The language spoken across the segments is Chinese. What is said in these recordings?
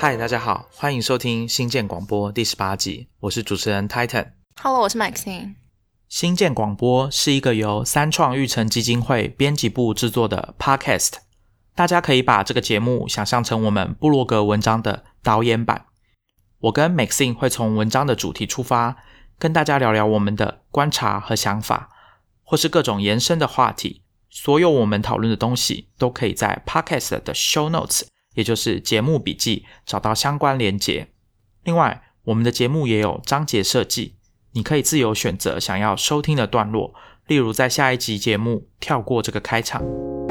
嗨，大家好，欢迎收听新建广播第18集，我是主持人 Titan。Hello， 我是 Maxine。 新建广播是一个由三创育成基金会编辑部制作的 Podcast， 大家可以把这个节目想象成我们部落格文章的导演版。我跟 Maxine 会从文章的主题出发，跟大家聊聊我们的观察和想法，或是各种延伸的话题。所有我们讨论的东西都可以在 Podcast 的 Show Notes， 也就是节目笔记找到相关连结。另外，我们的节目也有章节设计，你可以自由选择想要收听的段落，例如在下一集节目跳过这个开场。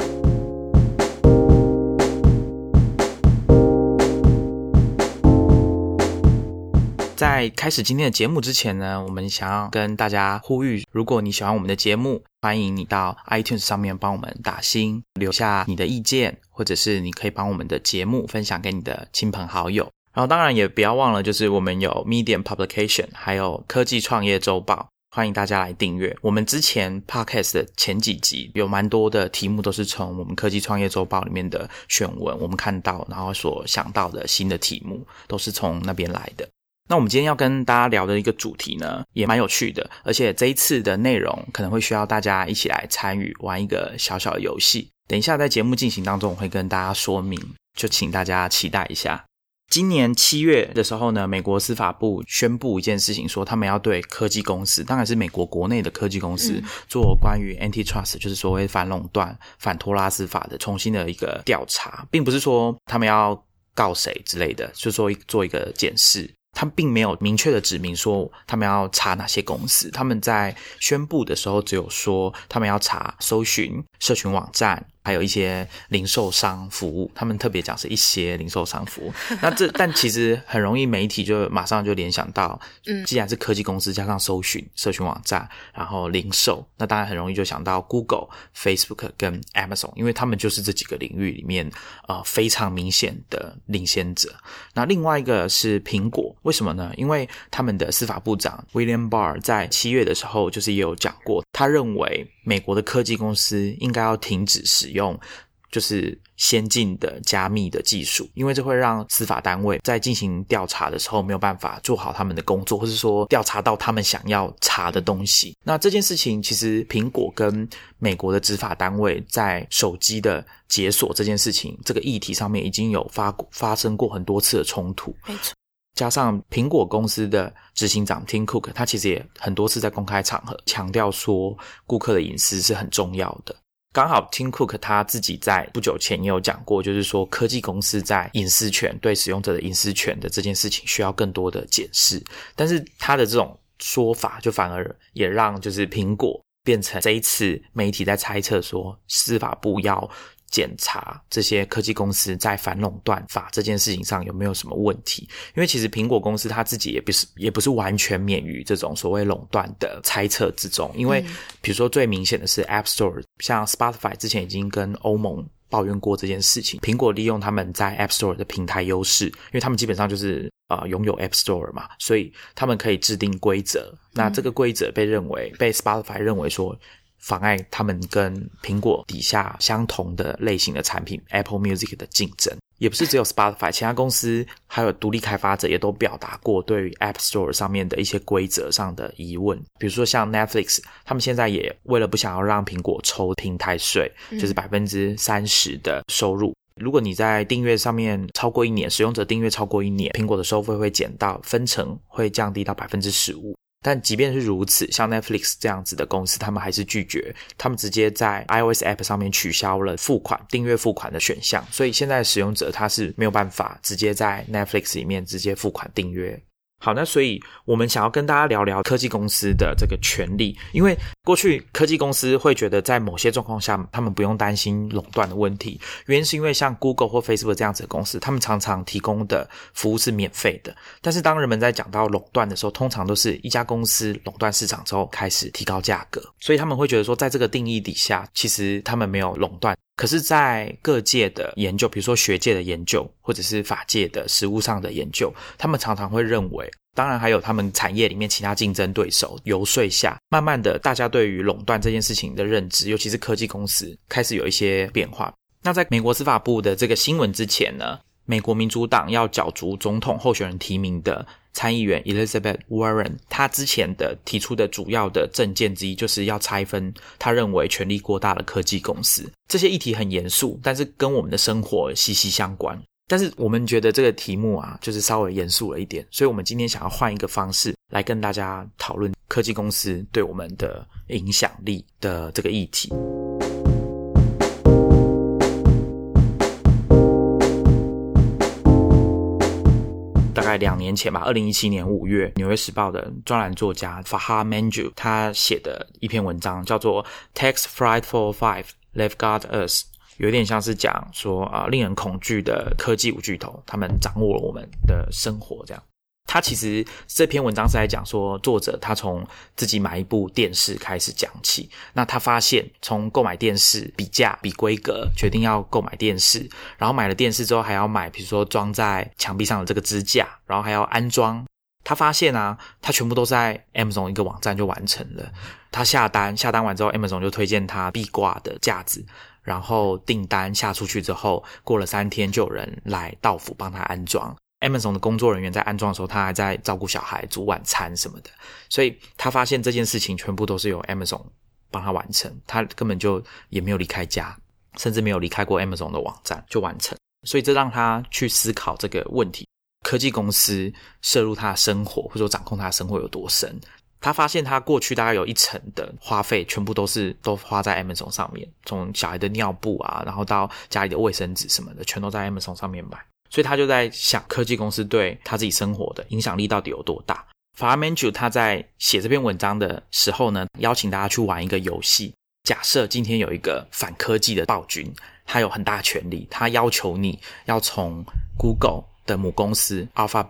在开始今天的节目之前呢，我们想要跟大家呼吁，如果你喜欢我们的节目，欢迎你到 iTunes 上面帮我们打星，留下你的意见，或者是你可以帮我们的节目分享给你的亲朋好友。然后当然也不要忘了，就是我们有 Medium Publication 还有科技创业周报，欢迎大家来订阅。我们之前 Podcast 的前几集有蛮多的题目都是从我们科技创业周报里面的选文我们看到然后所想到的新的题目都是从那边来的。那我们今天要跟大家聊的一个主题呢也蛮有趣的，而且这一次的内容可能会需要大家一起来参与玩一个小小的游戏，等一下在节目进行当中我会跟大家说明，就请大家期待一下。今年7月的时候呢，美国司法部宣布一件事情，说他们要对科技公司，当然是美国国内的科技公司做关于 antitrust 就是所谓反垄断反托拉斯法的重新的一个调查，并不是说他们要告谁之类的，就做一个检视。他们并没有明确的指明说他们要查哪些公司，他们在宣布的时候只有说他们要查搜寻、社群网站还有一些零售商服务，他们特别讲是一些零售商服务。但其实很容易媒体就马上就联想到既然是科技公司加上搜寻、社群网站然后零售，那当然很容易就想到 Google、 Facebook 跟 Amazon， 因为他们就是这几个领域里面非常明显的领先者。那另外一个是苹果，为什么呢？因为他们的司法部长 William Barr 在7月的时候就是也有讲过，他认为美国的科技公司应该要停止使用就是先进的加密的技术，因为这会让司法单位在进行调查的时候没有办法做好他们的工作，或是说调查到他们想要查的东西。那这件事情其实苹果跟美国的执法单位在手机的解锁这件事情这个议题上面已经有发生过很多次的冲突， 没错。 加上苹果公司的执行长 Tim Cook 他其实也很多次在公开场合强调说顾客的隐私是很重要的。刚好 Tim Cook 他自己在不久前也有讲过，就是说科技公司在隐私权对使用者的隐私权的这件事情需要更多的检视，但是他的这种说法就反而也让就是苹果变成这一次媒体在猜测说司法部要检查这些科技公司在反垄断法这件事情上有没有什么问题。因为其实苹果公司它自己也不是完全免于这种所谓垄断的猜测之中，因为比如说最明显的是 App Store， 像 Spotify 之前已经跟欧盟抱怨过这件事情，苹果利用他们在 App Store 的平台优势，因为他们基本上就是拥有 App Store 嘛，所以他们可以制定规则，那这个规则被Spotify 认为说妨碍他们跟苹果底下相同的类型的产品 Apple Music 的竞争。也不是只有 Spotify， 其他公司还有独立开发者也都表达过对于 App Store 上面的一些规则上的疑问。比如说像 Netflix， 他们现在也为了不想要让苹果抽平台税，就是 30% 的收入，如果你在订阅上面超过1年，使用者订阅超过1年，苹果的收费会减到分成会降低到 15%。但即便是如此，像 Netflix 这样子的公司他们还是拒绝，他们直接在 iOS App 上面取消了订阅付款的选项，所以现在使用者他是没有办法直接在 Netflix 里面直接付款订阅。好，那所以我们想要跟大家聊聊科技公司的这个权利，因为过去科技公司会觉得在某些状况下他们不用担心垄断的问题，原因是因为像 Google 或 Facebook 这样子的公司，他们常常提供的服务是免费的，但是当人们在讲到垄断的时候，通常都是一家公司垄断市场之后开始提高价格，所以他们会觉得说在这个定义底下其实他们没有垄断。可是在各界的研究，比如说学界的研究或者是法界的实务上的研究，他们常常会认为，当然还有他们产业里面其他竞争对手游说下，慢慢的大家对于垄断这件事情的认知，尤其是科技公司开始有一些变化。那在美国司法部的这个新闻之前呢， 美国民主党要角逐总统候选人提名的参议员 Elizabeth Warren， 他之前的提出的主要的政见之一就是要拆分他认为权力过大的科技公司。这些议题很严肃，但是跟我们的生活息息相关。但是我们觉得这个题目啊，就是稍微严肃了一点，所以我们今天想要换一个方式来跟大家讨论科技公司对我们的影响力的这个议题。大概2年前吧，2017年5月，纽约时报的专栏作家 Farhad Manjoo 他写的一篇文章叫做 Tax Frightful 5 Lifeguard Us， 有点像是讲说令人恐惧的科技五巨头，他们掌握了我们的生活这样。他其实这篇文章是在讲说，作者他从自己买一部电视开始讲起。那他发现从购买电视、比价、比规格，决定要购买电视，然后买了电视之后还要买比如说装在墙壁上的这个支架，然后还要安装。他发现啊，他全部都在 Amazon 一个网站就完成了。他下单完之后 Amazon 就推荐他壁挂的架子，然后订单下出去之后，过了3天就有人来到府帮他安装。Amazon 的工作人员在安装的时候，他还在照顾小孩、煮晚餐什么的，所以他发现这件事情全部都是由 Amazon 帮他完成，他根本就也没有离开家，甚至没有离开过 Amazon 的网站就完成。所以这让他去思考这个问题，科技公司涉入他的生活或者说掌控他的生活有多深。他发现他过去大概有1成的花费全部都花在 Amazon 上面，从小孩的尿布啊，然后到家里的卫生纸什么的，全都在 Amazon 上面买。所以他就在想科技公司对他自己生活的影响力到底有多大。Farhad Manjoo 他在写这篇文章的时候呢，邀请大家去玩一个游戏。假设今天有一个反科技的暴君，他有很大权力，他要求你要从 Google 的母公司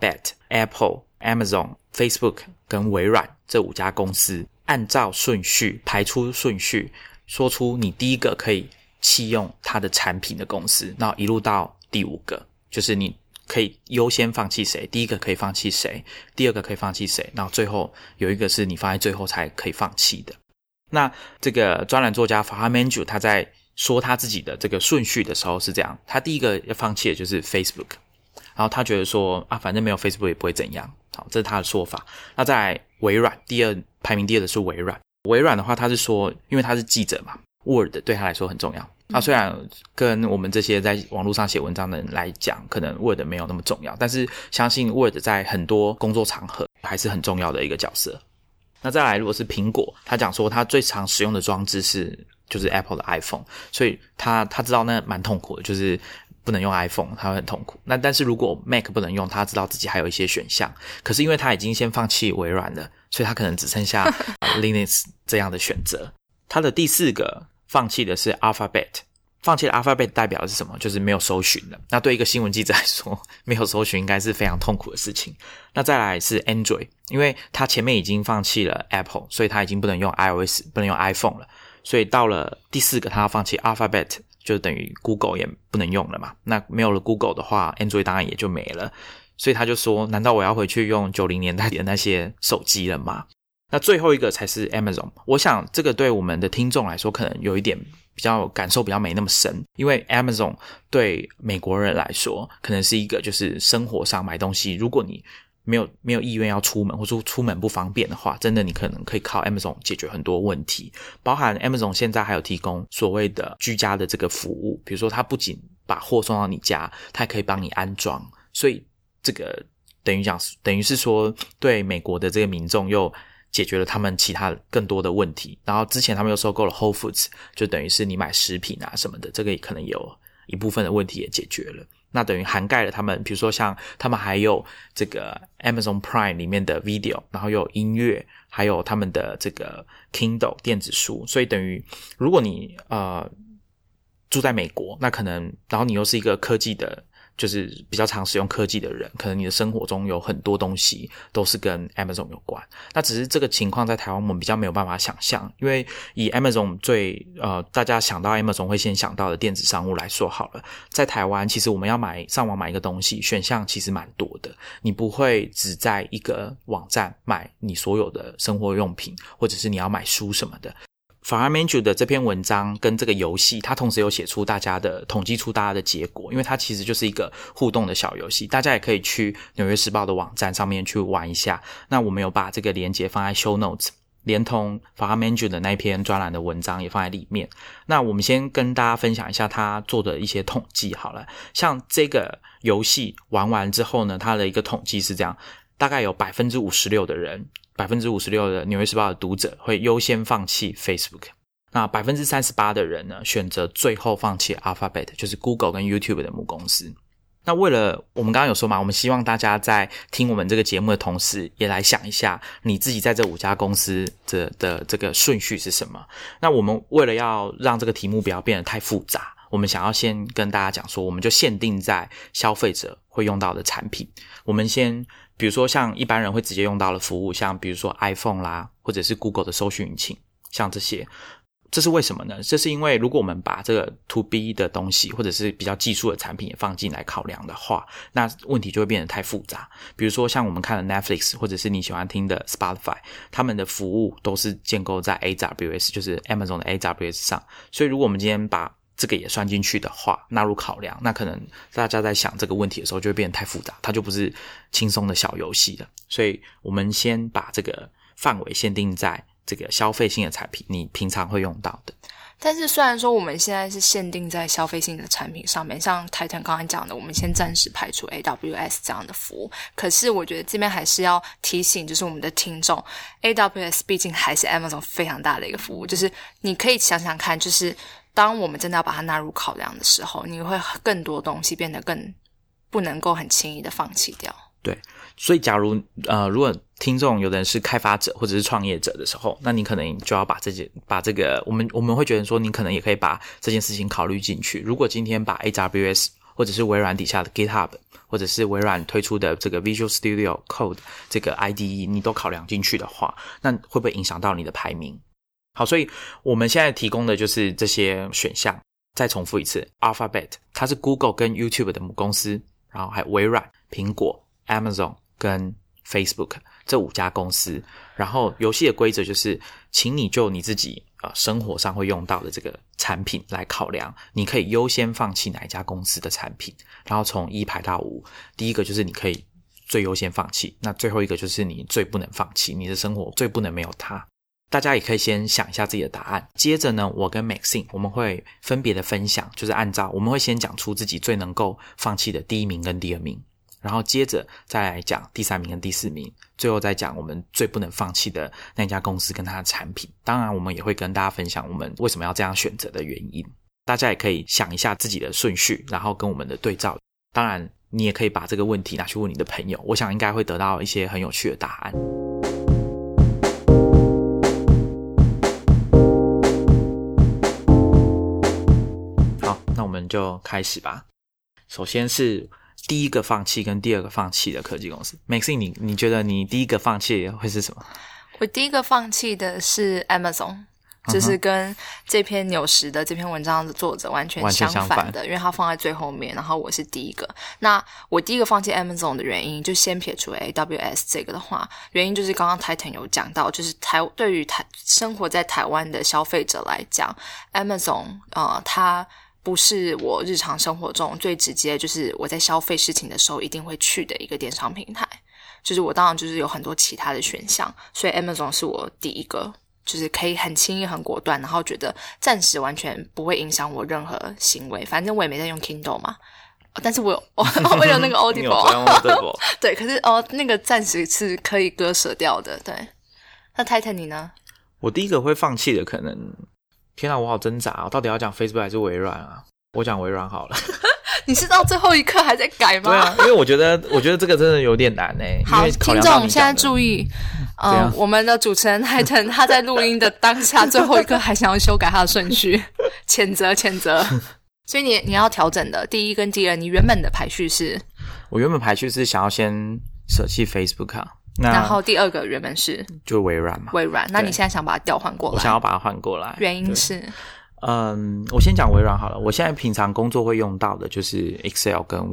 Alphabet、Apple、Amazon、Facebook 跟微软这5家公司按照顺序排出顺序，说出你第一个可以弃用他的产品的公司，然后一路到第5个，就是你可以优先放弃谁，第一个可以放弃谁，第二个可以放弃谁，然后最后有一个是你放在最后才可以放弃的。那这个专栏作家 Farhad Manjoo 他在说他自己的这个顺序的时候是这样，他第一个要放弃的就是 Facebook， 然后他觉得说反正没有 Facebook 也不会怎样，好，这是他的说法。那再来微软，排名第二的是微软。微软的话他是说，因为他是记者嘛， Word 对他来说很重要。虽然跟我们这些在网络上写文章的人来讲，可能 Word 没有那么重要，但是相信 Word 在很多工作场合还是很重要的一个角色。那再来，如果是苹果，他讲说他最常使用的装置就是 Apple 的 iPhone， 所以他知道那蛮痛苦的，就是不能用 iPhone， 他会很痛苦。那但是如果 Mac 不能用，他知道自己还有一些选项，可是因为他已经先放弃微软了，所以他可能只剩下Linux 这样的选择。他的第4个放弃的是 Alphabet。放弃了 Alphabet 代表的是什么？就是没有搜寻了。那对一个新闻记者来说，没有搜寻应该是非常痛苦的事情。那再来是 Android， 因为他前面已经放弃了 Apple， 所以他已经不能用 iOS， 不能用 iPhone 了。所以到了第4个，他要放弃 Alphabet， 就等于 Google 也不能用了嘛。那没有了 Google 的话， Android 当然也就没了。所以他就说，难道我要回去用90年代的那些手机了吗？那最后一个才是 Amazon。 我想这个对我们的听众来说可能有一点感受比较没那么深，因为 Amazon 对美国人来说可能是一个就是生活上买东西，如果你没有意愿要出门，或者出门不方便的话，真的你可能可以靠 Amazon 解决很多问题。包含 Amazon 现在还有提供所谓的居家的这个服务，比如说它不仅把货送到你家，它还可以帮你安装，所以这个等于是说对美国的这个民众又解决了他们其他更多的问题。然后之前他们又收购了 Whole Foods， 就等于是你买食品啊什么的，这个可能有一部分的问题也解决了。那等于涵盖了他们，比如说像他们还有这个 Amazon Prime 里面的 video， 然后又有音乐，还有他们的这个 Kindle 电子书。所以等于如果你住在美国，那可能然后你又是一个科技的，就是比较常使用科技的人，可能你的生活中有很多东西都是跟 Amazon 有关。那只是这个情况在台湾我们比较没有办法想象，因为以 Amazon 大家想到 Amazon 会先想到的电子商务来说好了，在台湾其实我们要上网买一个东西，选项其实蛮多的，你不会只在一个网站买你所有的生活用品，或者是你要买书什么的。 Farhad Manjoo 的这篇文章跟这个游戏，它同时有写出统计出大家的结果，因为它其实就是一个互动的小游戏，大家也可以去纽约时报的网站上面去玩一下。那我们有把这个连结放在 show notes， 连同 Farhad Manjoo 的那篇专栏的文章也放在里面。那我们先跟大家分享一下他做的一些统计好了。像这个游戏玩完之后呢，他的一个统计是这样，大概有 56% 的人，56%的纽约时报的读者会优先放弃 Facebook。那 38% 的人呢，选择最后放弃 Alphabet， 就是 Google 跟 YouTube 的母公司。那为了我们刚刚有说嘛，我们希望大家在听我们这个节目的同时，也来想一下你自己在这5家公司的这个顺序是什么。那我们为了要让这个题目不要变得太复杂，我们想要先跟大家讲说，我们就限定在消费者会用到的产品。我们先比如说像一般人会直接用到的服务，像比如说 iPhone 啦，或者是 Google 的搜寻引擎，像这些。这是为什么呢？这是因为如果我们把这个 to B 的东西或者是比较技术的产品也放进来考量的话，那问题就会变得太复杂。比如说像我们看的 Netflix 或者是你喜欢听的 Spotify， 他们的服务都是建构在 AWS， 就是 Amazon 的 AWS 上。所以如果我们今天把这个也算进去的话，纳入考量，那可能大家在想这个问题的时候就会变得太复杂，它就不是轻松的小游戏了。所以我们先把这个范围限定在这个消费性的产品，你平常会用到的。 但是虽然说我们现在是限定在消费性的产品上面，像 Titan 刚才讲的，我们先暂时排除 AWS 这样的服务，可是我觉得这边还是要提醒就是我们的听众， AWS 毕竟还是 Amazon 非常大的一个服务，就是你可以想想看，就是当我们真的要把它纳入考量的时候，你会更多东西变得更不能够很轻易的放弃掉。 对，所以假如如果听众有的人是开发者或者是创业者的时候，那你可能就要把这个我们会觉得说你可能也可以把这件事情考虑进去。如果今天把 AWS 或者是微软底下的 GitHub 或者是微软推出的这个 Visual Studio Code 这个 IDE 你都考量进去的话，那会不会影响到你的排名？好，所以我们现在提供的就是这些选项。再重复一次， Alphabet 它是 Google 跟 YouTube 的母公司，然后还有微软、苹果、Amazon 跟 Facebook 这5家公司。然后游戏的规则就是请你就你自己生活上会用到的这个产品来考量，你可以优先放弃哪一家公司的产品，然后从1排到5。第一个就是你可以最优先放弃，那最后一个就是你最不能放弃，你的生活最不能没有它。大家也可以先想一下自己的答案，接着呢，我跟 Maxine 我们会分别的分享，就是我们会先讲出自己最能够放弃的第1名跟第2名，然后接着再来讲第3名跟第4名，最后再讲我们最不能放弃的那家公司跟它的产品。当然我们也会跟大家分享我们为什么要这样选择的原因。大家也可以想一下自己的顺序，然后跟我们的对照。当然你也可以把这个问题拿去问你的朋友，我想应该会得到一些很有趣的答案。那我们就开始吧。首先是第一个放弃跟第二个放弃的科技公司。 Maxine 你觉得你第一个放弃会是什么？ 我第一个放弃的是 Amazon， 就是跟这篇纽时的这篇文章的作者完全相反的，因为它放在最后面，然后我是第一个。那我第一个放弃 Amazon 的原因，就先撇除 AWS 这个的话，原因就是刚刚 Titan 有讲到，就是对于生活在台湾的消费者来讲， Amazon 它不是我日常生活中最直接，就是我在消费事情的时候一定会去的一个电商平台。就是我当然就是有很多其他的选项，所以 Amazon 是我第一个就是可以很轻易很果断，然后觉得暂时完全不会影响我任何行为。反正我也没在用 Kindle 嘛，但是我有那个 Audible 对，可是那个暂时是可以割舍掉的。对，那 Titan 你呢？ 我第一个会放弃的可能，天啊，我好挣扎到底要讲 Facebook 还是微软啊？我讲微软好了。 你是到最后一刻还在改吗？ 对啊，因为我觉得这个真的有点难好，听众现在注意，我们的主持人 Titan 他在录音的当下最后一刻还想要修改他的顺序，谴责。所以你要调整的第一跟第二，你原本的排序是？ 我原本排序是想要先舍弃 Facebook 啊。 然后第二个原本是就微软嘛。 微软，那你现在想把它调换过来？ 我想要把它换过来， 原因是？ 我先讲微软好了。我现在平常工作会用到的就是 Excel 跟 Word，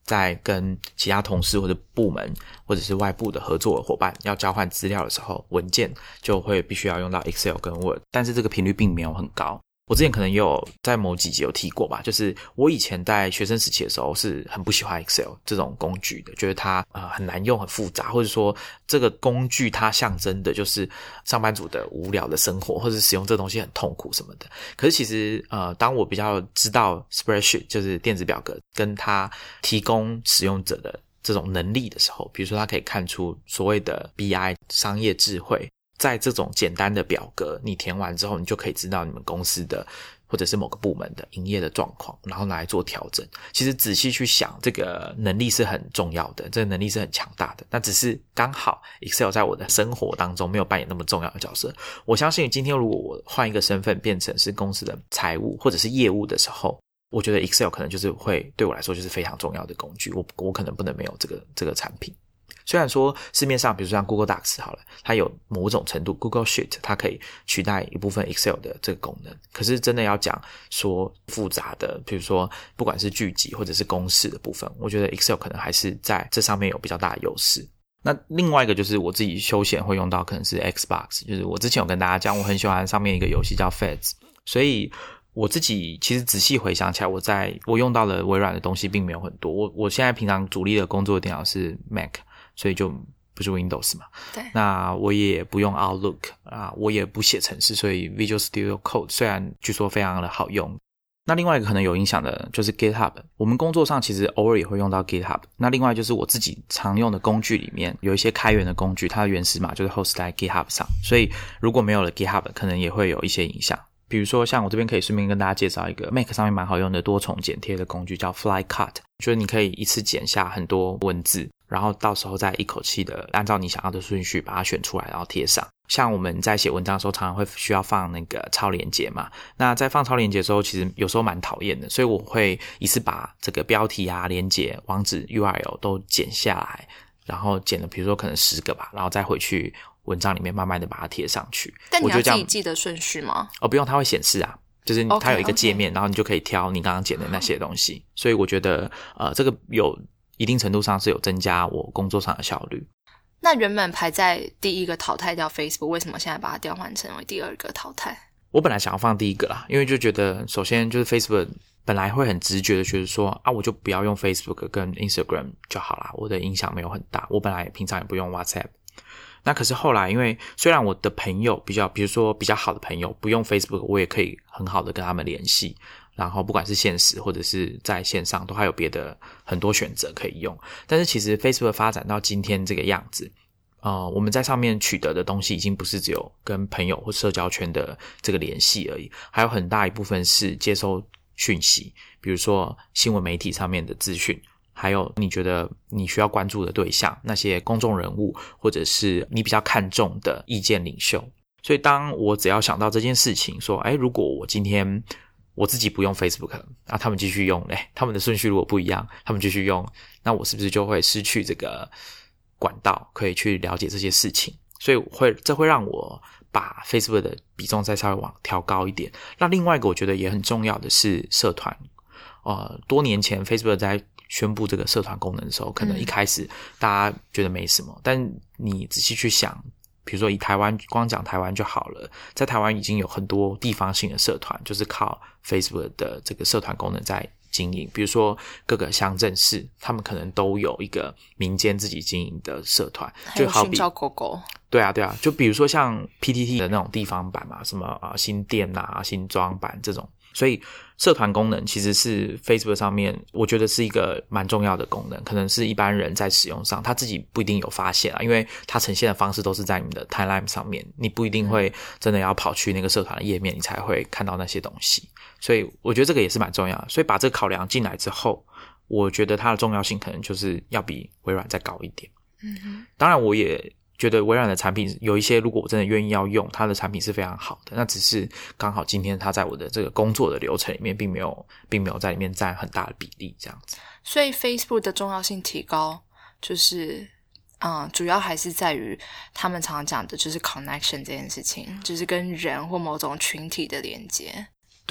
在跟其他同事或者部门或者是外部的合作伙伴要交换资料的时候，文件就会必须要用到 Excel 跟 Word， 但是这个频率并没有很高。我之前可能也有在某几集有提过吧，就是我以前在学生时期的时候是很不喜欢 Excel 这种工具的，觉得它很难用很复杂，或者说这个工具它象征的就是上班族的无聊的生活，或者使用这东西很痛苦什么的。可是其实当我比较知道 Spreadsheet 就是电子表格跟它提供使用者的这种能力的时候，比如说它可以看出所谓的 BI 商业智慧，在这种简单的表格你填完之后，你就可以知道你们公司的或者是某个部门的营业的状况，然后拿来做调整。其实仔细去想，这个能力是很重要的，这个能力是很强大的，那只是刚好 Excel 在我的生活当中没有扮演那么重要的角色。我相信今天如果我换一个身份变成是公司的财务或者是业务的时候，我觉得 Excel 可能就是会对我来说就是非常重要的工具，我可能不能没有这个产品。虽然说市面上比如说像 Google Docs 好了，它有某种程度 Google Sheet 它可以取代一部分 Excel 的这个功能，可是真的要讲说复杂的，比如说不管是巨集或者是公式的部分，我觉得 Excel 可能还是在这上面有比较大的优势。那另外一个就是我自己休闲会用到可能是 Xbox， 就是我之前有跟大家讲我很喜欢上面一个游戏叫 Fez， 所以我自己其实仔细回想起来，我用到的微软的东西并没有很多。我现在平常主力的工作电脑是 Mac， 所以就不是 Windows 嘛。 对。 那我也不用 Outlook 我也不写程式，所以 Visual Studio Code 虽然据说非常的好用。那另外一个可能有影响的就是 GitHub， 我们工作上其实偶尔也会用到 GitHub。那另外就是我自己常用的工具里面有一些开源的工具，它的原始码就是 host 在 GitHub 上，所以如果没有了 GitHub 可能也会有一些影响。比如说像我这边可以顺便跟大家介绍一个 Mac 上面蛮好用的多重剪贴的工具叫 Flycut， 就是你可以一次剪下很多文字，然后到时候再一口气的按照你想要的顺序把它选出来然后贴上。像我们在写文章的时候常常会需要放那个超连结嘛，那在放超连结的时候其实有时候蛮讨厌的，所以我会一次把这个标题连结网址 URL 都剪下来，然后剪了比如说可能10个吧，然后再回去文章里面慢慢的把它贴上去。 但你要自己记得顺序吗？ 不用，它会显示就是它有一个界面，然后你就可以挑你刚刚剪的那些东西。所以我觉得这个有一定程度上是有增加我工作上的效率。 那原本排在第一个淘汰掉 Facebook， 为什么现在把它调换成为第二个淘汰？ 我本来想要放第一个啦，因为就觉得首先就是 Facebook 本来会很直觉的觉得说我就不要用 Facebook 跟 Instagram 就好啦，我的影响没有很大，我本来平常也不用 WhatsApp。那可是后来因为虽然我的朋友比如说比较好的朋友不用 Facebook， 我也可以很好的跟他们联系，然后不管是现实或者是在线上都还有别的很多选择可以用。但是其实 Facebook 发展到今天这个样子，我们在上面取得的东西已经不是只有跟朋友或社交圈的这个联系而已，还有很大一部分是接收讯息，比如说新闻媒体上面的资讯，还有你觉得你需要关注的对象，那些公众人物或者是你比较看重的意见领袖。所以当我只要想到这件事情说如果我今天我自己不用 Facebook， 他们继续用他们的顺序如果不一样，他们继续用，那我是不是就会失去这个管道可以去了解这些事情？所以这会让我把 Facebook 的比重再稍微往调高一点。那另外一个我觉得也很重要的是社团。多年前 Facebook 在宣布这个社团功能的时候，可能一开始大家觉得没什么，但你仔细去想，比如说以台湾，光讲台湾就好了，在台湾已经有很多地方性的社团就是靠 Facebook 的这个社团功能在经营，比如说各个乡镇市他们可能都有一个民间自己经营的社团，就好比寻找狗狗。 对啊，就比如说像 PTT 的那种地方版嘛，什么新店新庄版这种。所以社团功能其实是 Facebook 上面我觉得是一个蛮重要的功能，可能是一般人在使用上他自己不一定有发现因为他呈现的方式都是在你的 timeline 上面，你不一定会真的要跑去那个社团的页面你才会看到那些东西。所以我觉得这个也是蛮重要的，所以把这个考量进来之后，我觉得它的重要性可能就是要比微软再高一点。当然我也觉得微软的产品有一些如果我真的愿意要用，它的产品是非常好的，那只是刚好今天它在我的这个工作的流程里面并没有在里面占很大的比例这样子。 所以 Facebook 的重要性提高就是主要还是在于他们常常讲的就是 connection 这件事情，就是跟人或某种群体的连接。 对，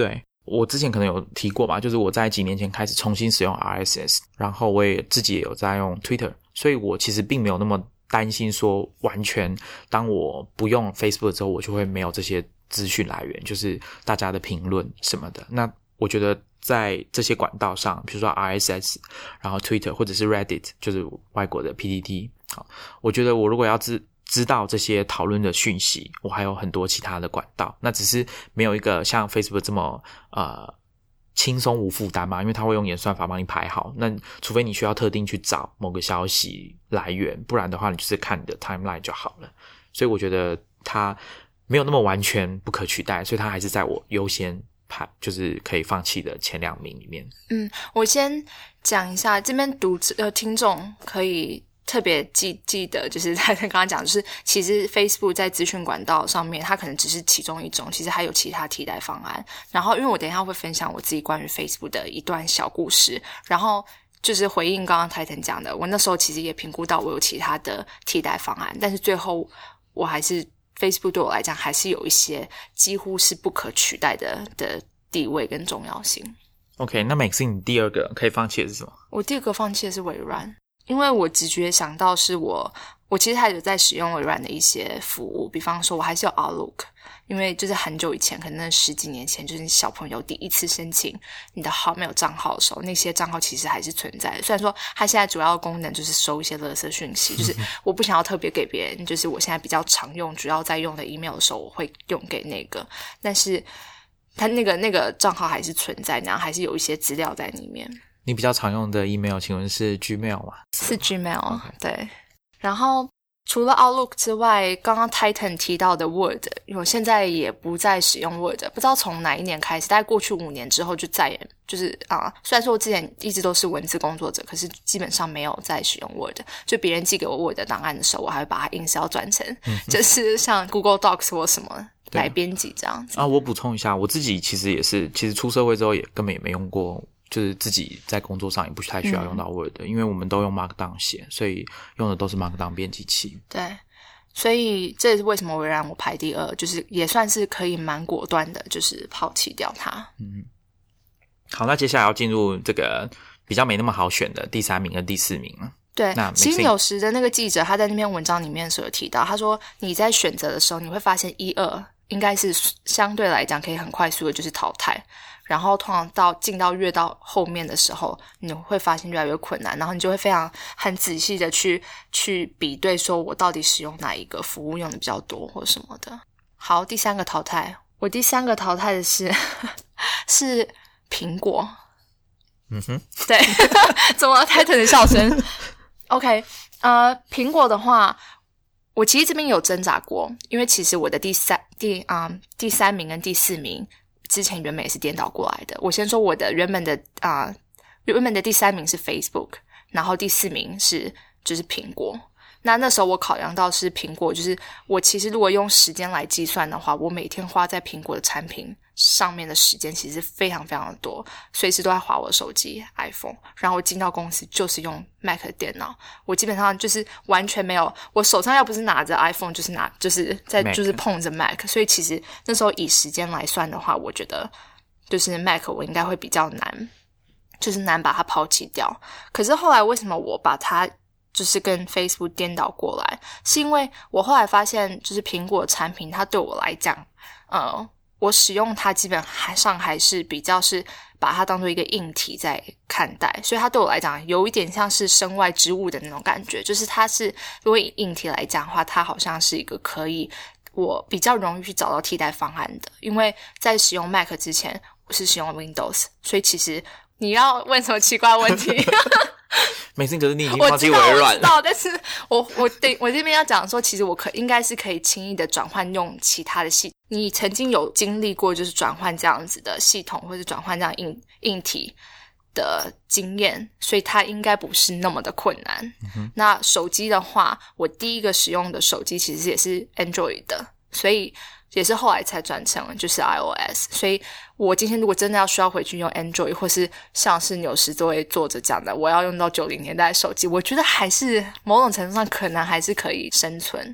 我之前可能有提过吧，就是我在几年前开始重新使用 RSS， 然后我也自己也有在用 Twitter， 所以我其实并没有那么担心说完全当我不用 Facebook 之后我就会没有这些资讯来源，就是大家的评论什么的。那我觉得在这些管道上，比如说 RSS， 然后 Twitter 或者是 Reddit， 就是外国的 PTT， 我觉得我如果要知道这些讨论的讯息，我还有很多其他的管道，那只是没有一个像 Facebook 这么轻松无负担嘛，因为它会用演算法帮你排好，那除非你需要特定去找某个消息来源，不然的话你就是看你的 timeline 就好了。所以我觉得它没有那么完全不可取代，所以它还是在我优先就是可以放弃的前2名里面。 我先讲一下，这边听众可以特别记得，就是他刚刚讲，就是其实 Facebook 在资讯管道上面，它可能只是其中一种，其实还有其他替代方案。然后因为我等一下会分享我自己关于 Facebook 的一段小故事，然后就是回应刚刚 Titan 讲的，我那时候其实也评估到我有其他的替代方案，但是最后我还是 Facebook 对我来讲还是有一些几乎是不可取代的地位跟重要性。 OK， 那 Maxine 你第二个可以放弃的是什么？ 我第二个放弃的是微软，因为我直觉想到是我其实还有在使用微软的一些服务，比方说我还是有 Outlook， 因为就是很久以前，可能10几年前，就是你小朋友第一次申请你的Hotmail账号的时候，那些账号其实还是存在的。虽然说它现在主要的功能就是收一些垃圾讯息，就是我不想要特别给别人，就是我现在比较常用主要在用的 email 的时候我会用给那个，但是它那个账号还是存在，然后还是有一些资料在里面。 你比较常用的 email 请问是 Gmail 吗？ 是 Gmail， okay. 对。然后除了 Outlook 之外，刚刚 Titan 提到的 Word， 我现在也不再使用 Word， 不知道从哪一年开始，大概过去5年之后就再也就是虽然说我之前一直都是文字工作者，可是基本上没有再使用 Word， 就别人寄给我 Word 档案的时候，我还会把它硬是要转成就是像 Google Docs 或什么来编辑这样子。 我补充一下，我自己其实也是，其实出社会之后也根本也没用过，就是自己在工作上也不太需要用到 Word，因为我们都用 Markdown 写，所以用的都是 Markdown 编辑器。 对，所以这也是为什么会让我排第2，就是也算是可以蛮果断的，就是抛弃掉它。 好，那接下来要进入这个比较没那么好选的第3名跟第4名了。 对，其实有时的那个记者他在那篇文章里面所有提到，他说你在选择的时候，你会发现1、2应该是相对来讲可以很快速的就是淘汰，然后通常进到越到后面的时候，你会发现越来越困难，然后你就会很仔细的去比对，说我到底使用哪一个服务用的比较多或什么的。好，第3个淘汰，我第3个淘汰的是是苹果。对，怎么 Titan 的笑声？OK， 苹果的话，我其实这边有挣扎过，因为其实我的第3名跟第4名之前原本也是颠倒过来的。我先说我的原本的第3名是 Facebook， 然后第4名就是苹果。那时候我考量到是苹果，就是我其实如果用时间来计算的话，我每天花在苹果的产品上面的时间其实非常非常的多，随时都在滑我的手机 iPhone， 然后我进到公司就是用 Mac 的电脑，我基本上就是完全没有，我手上要不是拿着 iPhone 就是就是碰着 Mac， 所以其实那时候以时间来算的话，我觉得就是 Mac 我应该会比较难，就是难把它抛弃掉。可是后来为什么我把它就是跟 Facebook 颠倒过来，是因为我后来发现就是苹果产品它对我来讲我使用它基本上还是比较是把它当作一个硬体在看待，所以它对我来讲有一点像是身外之物的那种感觉，就是它是如果以硬体来讲的话，它好像是一个可以我比较容易去找到替代方案的，因为在使用 Mac 之前我是使用 Windows， 所以其实你要问什么奇怪问题没事，可是你已经放弃微软了。 我知道，但是我这边要讲说，其实我应该是可以轻易的转换用其他的系统。你曾经有经历过就是转换这样子的系统，或者转换这样硬体的经验，所以它应该不是那么的困难。那手机的话，我第一个使用的手机其实也是 Android 的，所以也是后来才转成就是 iOS， 所以我今天如果真的要需要回去用 Android， 或是像是纽时作为作者讲的，我要用到90年代的手机，我觉得还是某种程度上可能还是可以生存。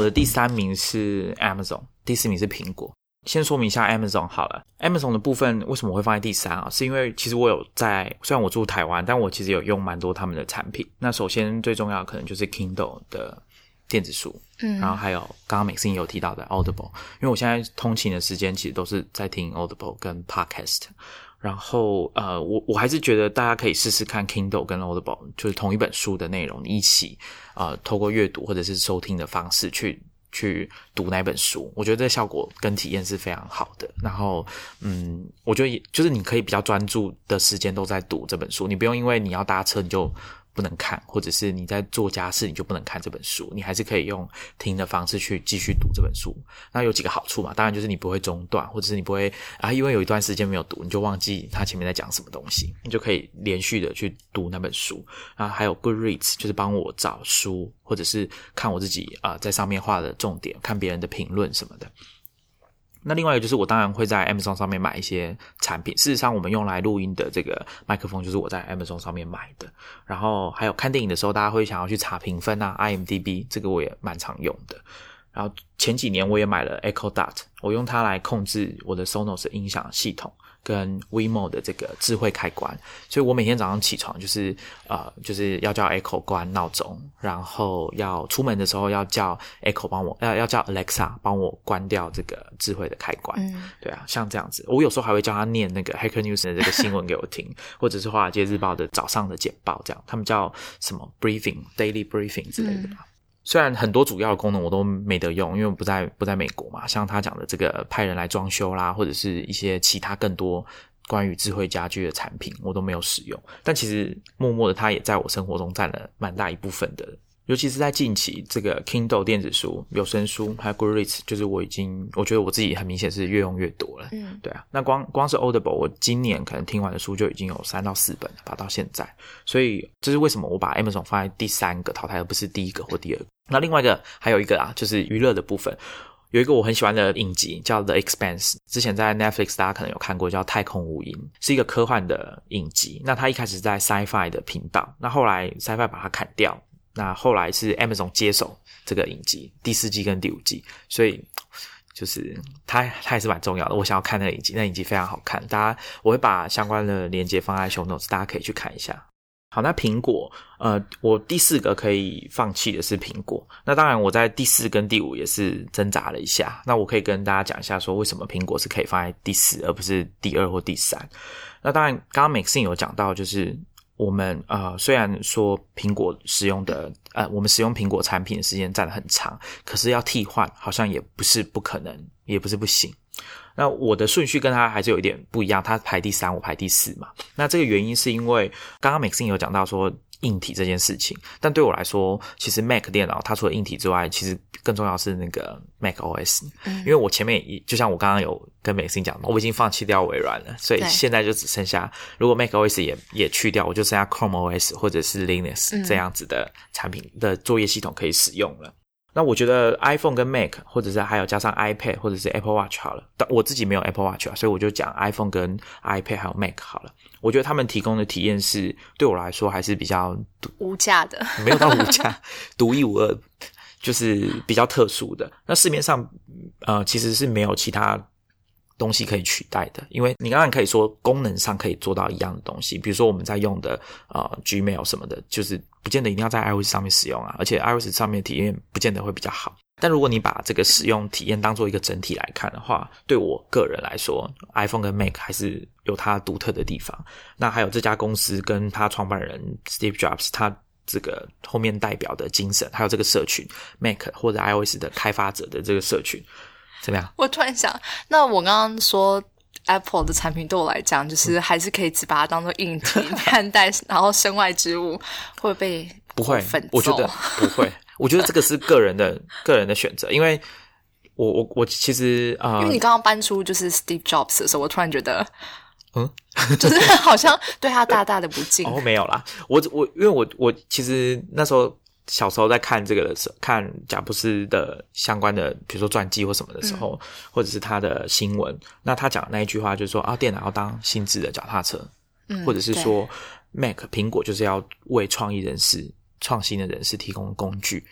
的第3名是 Amazon， 第4名是苹果。先说明一下 Amazon 好了。Amazon 的部分为什么会放在第3啊？是因为其实我有虽然我住台湾，但我其实有用蛮多他们的产品。那首先最重要的可能就是 Kindle 的电子书，然后还有刚刚Maxine有提到的 Audible， 因为我现在通勤的时间其实都是在听 Audible 跟 Podcast。然后我还是觉得大家可以试试看 Kindle 跟 Audible， 就是同一本书的内容，你一起透过阅读或者是收听的方式去读那本书，我觉得这效果跟体验是非常好的。然后我觉得就是你可以比较专注的时间都在读这本书，你不用因为你要搭车你就不能看，或者是你在做家事你就不能看这本书，你还是可以用听的方式去继续读这本书。那有几个好处嘛，当然就是你不会中断，或者是你不会因为有一段时间没有读你就忘记他前面在讲什么东西，你就可以连续的去读那本书。然后还有 Goodreads 就是帮我找书，或者是看我自己在上面画的重点，看别人的评论什么的。那另外一个就是我当然会在 Amazon 上面买一些产品，事实上我们用来录音的这个麦克风就是我在 Amazon 上面买的。然后还有看电影的时候大家会想要去查评分IMDb 这个我也蛮常用的。然后前几年我也买了 Echo Dot， 我用它来控制我的 Sonos 的音响系统跟 Wemo 的这个智慧开关，所以我每天早上起床就是要叫 Echo 关闹钟，然后要出门的时候要叫 Echo 帮我要叫 Alexa 帮我关掉这个智慧的开关。对啊，像这样子，我有时候还会叫他念那个 Hacker News 的这个新闻给我听，或者是华尔街日报的早上的简报，这样他们叫什么 Briefing Daily Briefing 之类的吧。虽然很多主要的功能我都没得用，因为我不在美国嘛，像他讲的这个派人来装修啦，或者是一些其他更多关于智慧家居的产品我都没有使用，但其实默默的它也在我生活中占了蛮大一部分的。尤其是在近期，这个 Kindle 电子书、有声书还有 Goodreads， 就是我觉得我自己很明显是越用越多了。对啊，那光是 Audible， 我今年可能听完的书就已经有3到4本了吧，到现在。所以这是为什么我把 Amazon 放在第3个淘汰，而不是第1个或第2个。那另外一个还有一个就是娱乐的部分。有一个我很喜欢的影集叫 The Expanse， 之前在 Netflix 大家可能有看过，叫太空无垠，是一个科幻的影集。那它一开始在 Sci-Fi 的频道，那后来 Sci-Fi 把它砍掉，那后来是 Amazon 接手这个影集第4季跟第5季，所以就是它也是蛮重要的。我想要看那个影集，那影集非常好看，我会把相关的连结放在 show notes， 大家可以去看一下。好，那苹果我第4个可以放弃的是苹果。那当然我在第4跟第5也是挣扎了一下，那我可以跟大家讲一下说为什么苹果是可以放在第4而不是第2或第3。那当然刚刚 Maxine 有讲到，就是我们虽然说苹果使用的我们使用苹果产品的时间占得很长，可是要替换好像也不是不可能，也不是不行。那我的顺序跟他还是有一点不一样，他排第3我排第4嘛。那这个原因是因为刚刚 Maxine 有讲到说硬体这件事情，但对我来说其实 Mac 电脑它除了硬体之外，其实更重要是那个 Mac OS。因为我前面就像我刚刚有跟 Maxine 讲，我已经放弃掉微软了，所以现在就只剩下如果 Mac OS 也去掉，我就剩下 Chrome OS 或者是 Linux 这样子的产品的作业系统可以使用了。那我觉得 iPhone 跟 Mac 或者是还有加上 iPad 或者是 Apple Watch 好了，但我自己没有 Apple Watch 所以我就讲 iPhone 跟 iPad 还有 Mac 好了。我觉得他们提供的体验是对我来说还是比较无价的， 没有到无价，独一无二，就是比较特殊的。那市面上其实是没有其他东西可以取代的，因为你刚刚可以说功能上可以做到一样的东西，比如说我们在用的Gmail 什么的，就是不见得一定要在 iOS 上面使用而且 iOS 上面的体验不见得会比较好。但如果你把这个使用体验当做一个整体来看的话，对我个人来说 iPhone 跟 Mac 还是有它独特的地方。那还有这家公司跟他创办人 Steve Jobs 他这个后面代表的精神，还有这个社群 Mac 或者 iOS 的开发者的这个社群怎么样？ 我突然想，那我刚刚说 Apple 的产品对我来讲就是还是可以只把它当作硬体看待，然后身外之物会被不会，我觉得不会。我觉得这个是个人的选择，因为我其实因为你刚刚搬出就是 Steve Jobs 的时候，我突然觉得就是好像对他大大的不敬。 没有啦，因为我其实那时候小时候在看这个的时候，看贾布斯的相关的比如说传记或什么的时候，或者是他的新闻，那他讲的那一句话就是说电脑要当新制的脚踏车，或者是说 Mac 苹果就是要为创意人士创新的人士提供工具。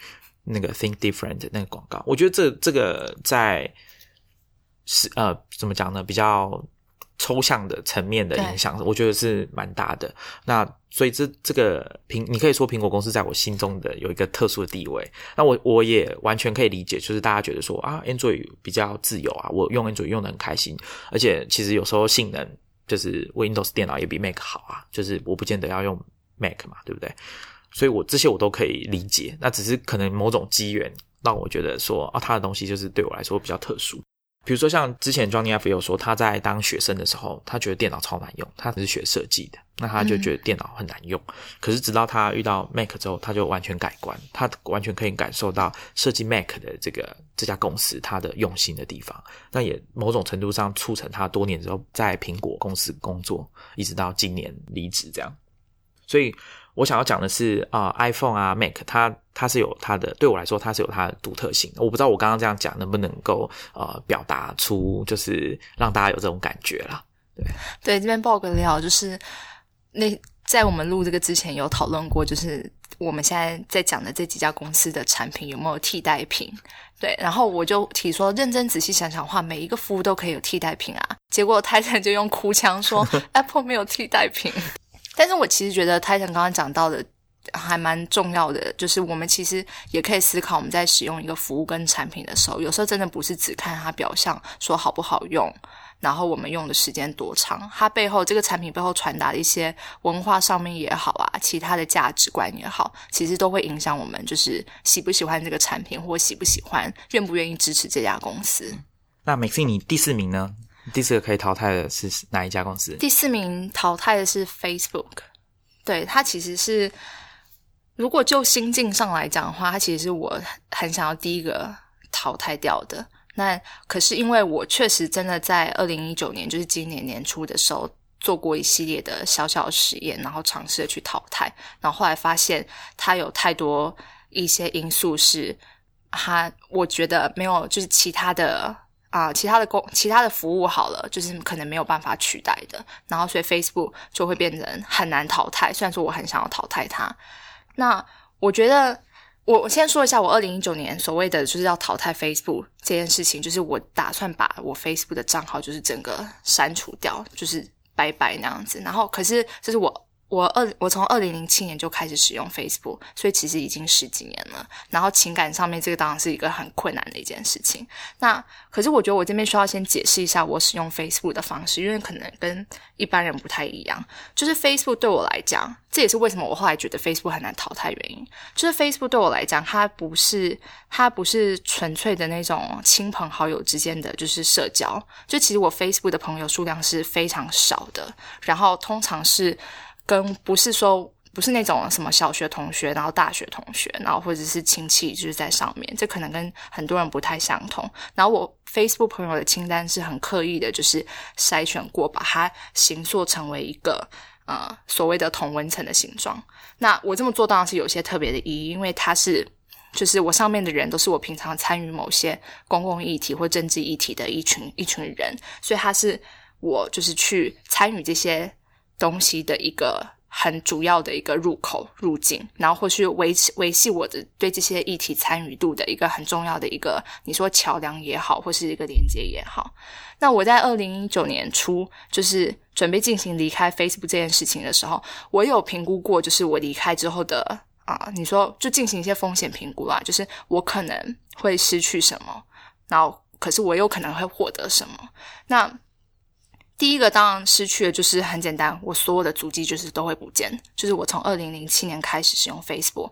那个 Think Different 那个广告，我觉得这个在怎么讲呢，比较抽象的层面的影响，我觉得是蛮大的。那所以这个你可以说苹果公司在我心中的有一个特殊的地位。那我也完全可以理解，就是大家觉得说啊 Android 比较自由啊，我用 Android 用得很开心，而且其实有时候性能就是 Windows 电脑也比 Mac 好啊，就是我不见得要用 Mac 嘛，对不对？所以这些我都可以理解，那只是可能某种机缘让我觉得说他的东西就是对我来说比较特殊。比如说像之前 Johnny Ive 有说他在当学生的时候，他觉得电脑超难用，他是学设计的，那他就觉得电脑很难用，可是直到他遇到 Mac 之后，他就完全改观，他完全可以感受到设计 Mac 的这家公司他的用心的地方，那也某种程度上促成他多年之后在苹果公司工作，一直到今年离职这样。所以我想要讲的是iPhone 啊 Mac 它是有它的，对我来说它是有它的独特性。我不知道我刚刚这样讲能不能够表达出就是让大家有这种感觉啦。 对，这边爆个料，就是在我们录这个之前有讨论过，就是我们现在在讲的这几家公司的产品有没有替代品。对，然后我就提说认真仔细想想的话，每一个服务都可以有替代品啊。结果Titan就用哭腔说Apple 没有替代品。但是我其实觉得 Titan 刚刚讲到的还蛮重要的，就是我们其实也可以思考，我们在使用一个服务跟产品的时候，有时候真的不是只看它表象说好不好用，然后我们用的时间多长，它背后这个产品背后传达的一些文化上面也好啊，其他的价值观也好，其实都会影响我们就是喜不喜欢这个产品，或喜不喜欢愿不愿意支持这家公司。 那 Maxine 你第4名呢？第4个可以淘汰的是哪一家公司？ 第4名淘汰的是 Facebook。 对，它其实是如果就心境上来讲的话，它其实是我很想要第一个淘汰掉的。那可是因为我确实真的在2019年就是今年年初的时候做过一系列的小小实验，然后尝试的去淘汰，然后后来发现它有太多一些因素是我觉得没有就是其他的服务好了，就是可能没有办法取代的，然后所以 Facebook 就会变成很难淘汰，虽然说我很想要淘汰它。那我觉得我先说一下我2019年所谓的就是要淘汰 Facebook 这件事情，就是我打算把我 Facebook 的账号就是整个删除掉，就是拜拜那样子。然后可是这是我从2007年就开始使用 Facebook， 所以其实已经10几年了，然后情感上面这个当然是一个很困难的一件事情。那可是我觉得我这边需要先解释一下我使用 Facebook 的方式，因为可能跟一般人不太一样。就是 Facebook 对我来讲，这也是为什么我后来觉得 Facebook 很难淘汰原因，就是 Facebook 对我来讲它不是纯粹的那种亲朋好友之间的就是社交，就其实我 Facebook 的朋友数量是非常少的，然后通常是不是那种什么小学同学，然后大学同学，然后或者是亲戚就是在上面，这可能跟很多人不太相同。然后我 Facebook 朋友的清单是很刻意的就是筛选过，把它形塑成为一个所谓的同温层的形状。那我这么做当然是有些特别的意义，因为它是就是我上面的人都是我平常参与某些公共议题或政治议题的一群人，所以它是我就是去参与这些东西的一个很主要的一个入境，然后或是维系我的对这些议题参与度的一个很重要的一个你说桥梁也好，或是一个连接也好。那我在2019年初就是准备进行离开 Facebook 这件事情的时候，我有评估过就是我离开之后的你说就进行一些风险评估啦，就是我可能会失去什么，然后可是我有可能会获得什么。那第一个当然失去的就是很简单，我所有的足迹就是都会不见，就是我从2007年开始使用 Facebook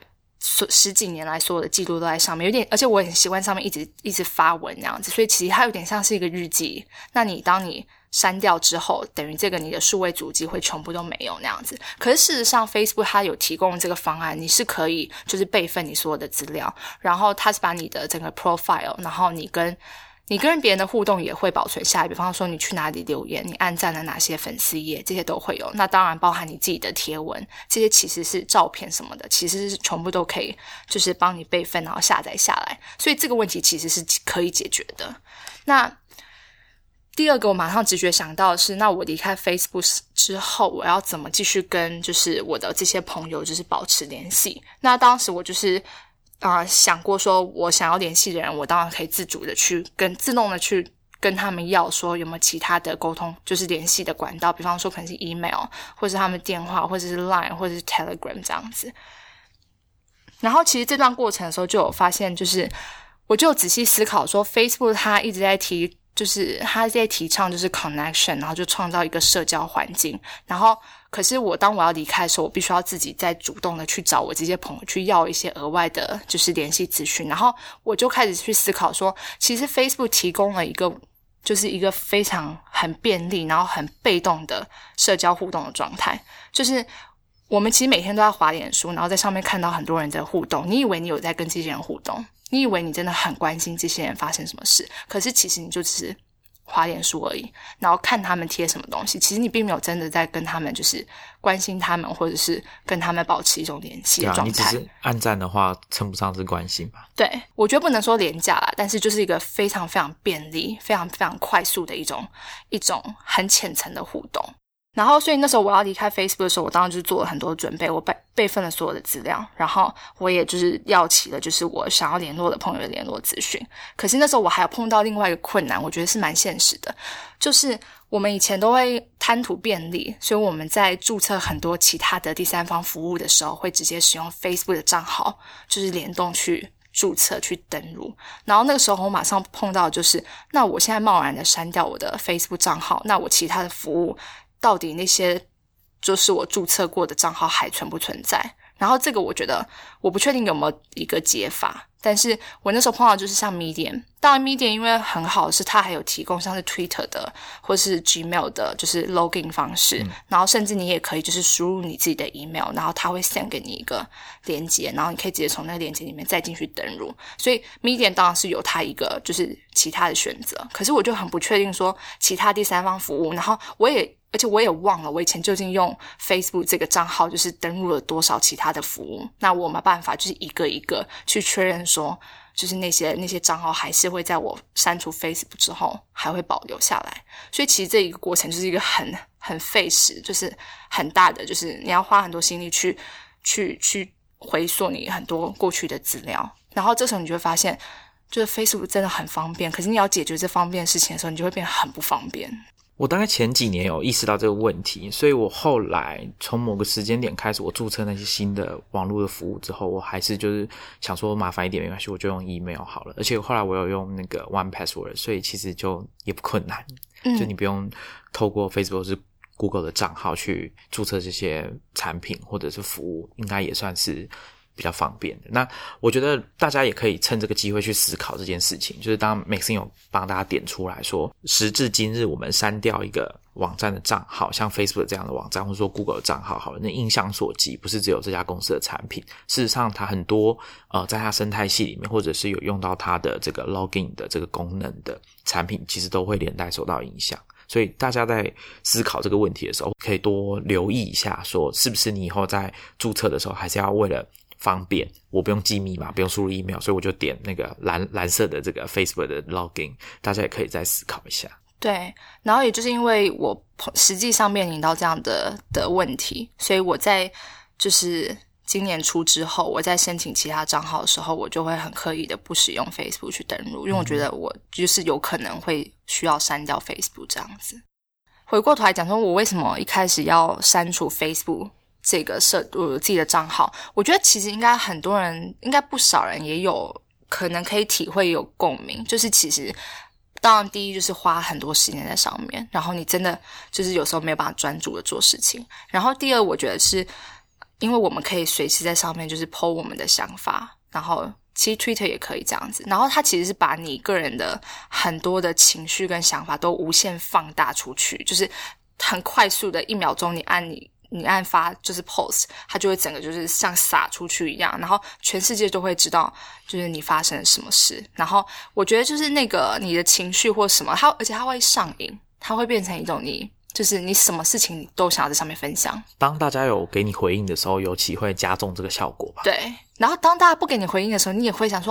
10几年来所有的记录都在上面，有点，而且我很习惯上面一直发文这样子，所以其实它有点像是一个日记。那当你删掉之后，等于这个你的数位足迹会全部都没有那样子。可是事实上 Facebook 它有提供这个方案，你是可以就是备份你所有的资料，然后它是把你的整个 profile， 然后你跟别人的互动也会保存下来，比方说你去哪里留言，你按赞了哪些粉丝页，这些都会有。那当然包含你自己的贴文，这些其实是照片什么的，其实是全部都可以就是帮你备份然后下载下来，所以这个问题其实是可以解决的。那第二个我马上直觉想到的是，那我离开 Facebook 之后我要怎么继续跟就是我的这些朋友就是保持联系。那当时我就是想过说我想要联系的人，我当然可以自动的去跟他们要说有没有其他的沟通，就是联系的管道，比方说可能是 email 或是他们电话或者是 line 或者是 telegram 这样子。然后其实这段过程的时候就有发现，就是我就仔细思考说 Facebook 它一直在就是他在提倡就是 connection， 然后就创造一个社交环境，然后可是当我要离开的时候，我必须要自己再主动的去找我这些朋友去要一些额外的就是联系资讯，然后我就开始去思考说，其实 Facebook 提供了一个非常很便利然后很被动的社交互动的状态，就是我们其实每天都在滑脸书，然后在上面看到很多人的互动，你以为你有在跟这些人互动，你以为你真的很关心这些人发生什么事，可是其实你就只是滑脸书而已，然后看他们贴什么东西，其实你并没有真的在跟他们就是关心他们，或者是跟他们保持一种联系的状态。 你只是按赞的话称不上是关心吧。 对，我觉得不能说廉价啦，但是就是一个非常非常便利非常非常快速的一种很浅层的互动。然后所以那时候我要离开 Facebook 的时候，我当然就是做了很多准备，我备份了所有的资料，然后我也就是要齐了就是我想要联络的朋友的联络资讯。可是那时候我还有碰到另外一个困难，我觉得是蛮现实的，就是我们以前都会贪图便利，所以我们在注册很多其他的第三方服务的时候，会直接使用 Facebook 的账号，就是联动去注册去登录。然后那个时候我马上碰到就是那我现在贸然的删掉我的 Facebook 账号，那我其他的服务到底那些就是我注册过的账号还存不存在？然后这个我觉得我不确定有没有一个解法，但是我那时候碰到就是像 Medium， 当然 Medium 因为很好的是它还有提供像是 Twitter 的或是 Gmail 的就是 login 方式，然后甚至你也可以就是输入你自己的 email， 然后它会 send 给你一个连结，然后你可以直接从那个连结里面再进去登入，所以 Medium 当然是有它一个就是其他的选择。可是我就很不确定说其他第三方服务，然后而且我也忘了我以前究竟用 Facebook 这个账号就是登录了多少其他的服务，那我没办法就是一个一个去确认说就是那些账号还是会在我删除 Facebook 之后还会保留下来。所以其实这一个过程就是一个很费时，就是很大的，就是你要花很多心力去回溯你很多过去的资料，然后这时候你就会发现就是 Facebook 真的很方便，可是你要解决这方便的事情的时候，你就会变得很不方便。 我大概前几年有意识到这个问题，所以我后来从某个时间点开始，我注册那些新的网络的服务之后，我还是就是想说麻烦一点没关系，我就用 email 好了。而且后来我有用那个 1Password， 所以其实就也不困难，就你不用透过 Facebook 或是 Google 的账号去注册这些产品或者是服务，应该也算是比较方便的。那我觉得大家也可以趁这个机会去思考这件事情，就是当 Maxine 有帮大家点出来说，时至今日我们删掉一个网站的账号，像 Facebook 这样的网站，或者说 Google 的账号好了，那印象所及不是只有这家公司的产品，事实上它很多在它生态系里面，或者是有用到它的这个 login 的这个功能的产品，其实都会连带受到影响。所以大家在思考这个问题的时候，可以多留意一下，说是不是你以后在注册的时候还是要为了方便，我不用记密码，不用输入 email， 所以我就点那个蓝色的这个 Facebook 的 login， 大家也可以再思考一下。 对，然后也就是因为我实际上面临到这样的问题，所以我在就是今年初之后，我在申请其他账号的时候，我就会很刻意的不使用 Facebook 去登录，因为我觉得我就是有可能会需要删掉 Facebook 这样子。回过头来讲说，我为什么一开始要删除 Facebook这个我自己的账号，我觉得其实应该很多人，应该不少人也有可能可以体会有共鸣，就是其实当然第一就是花很多时间在上面，然后你真的就是有时候没有办法专注的做事情，然后第二我觉得是因为我们可以随时在上面就是 po 我们的想法，然后其实 Twitter 也可以这样子，然后它其实是把你个人的很多的情绪跟想法都无限放大出去，就是很快速的1秒钟你按发就是 post， 它就会整个就是像撒出去一样，然后全世界都会知道就是你发生了什么事。然后我觉得就是那个你的情绪或什么，而且它会上瘾，它会变成一种就是你什么事情你都想要在上面分享。 当大家有给你回应的时候，尤其会加重这个效果吧。 对，然后当大家不给你回应的时候，你也会想说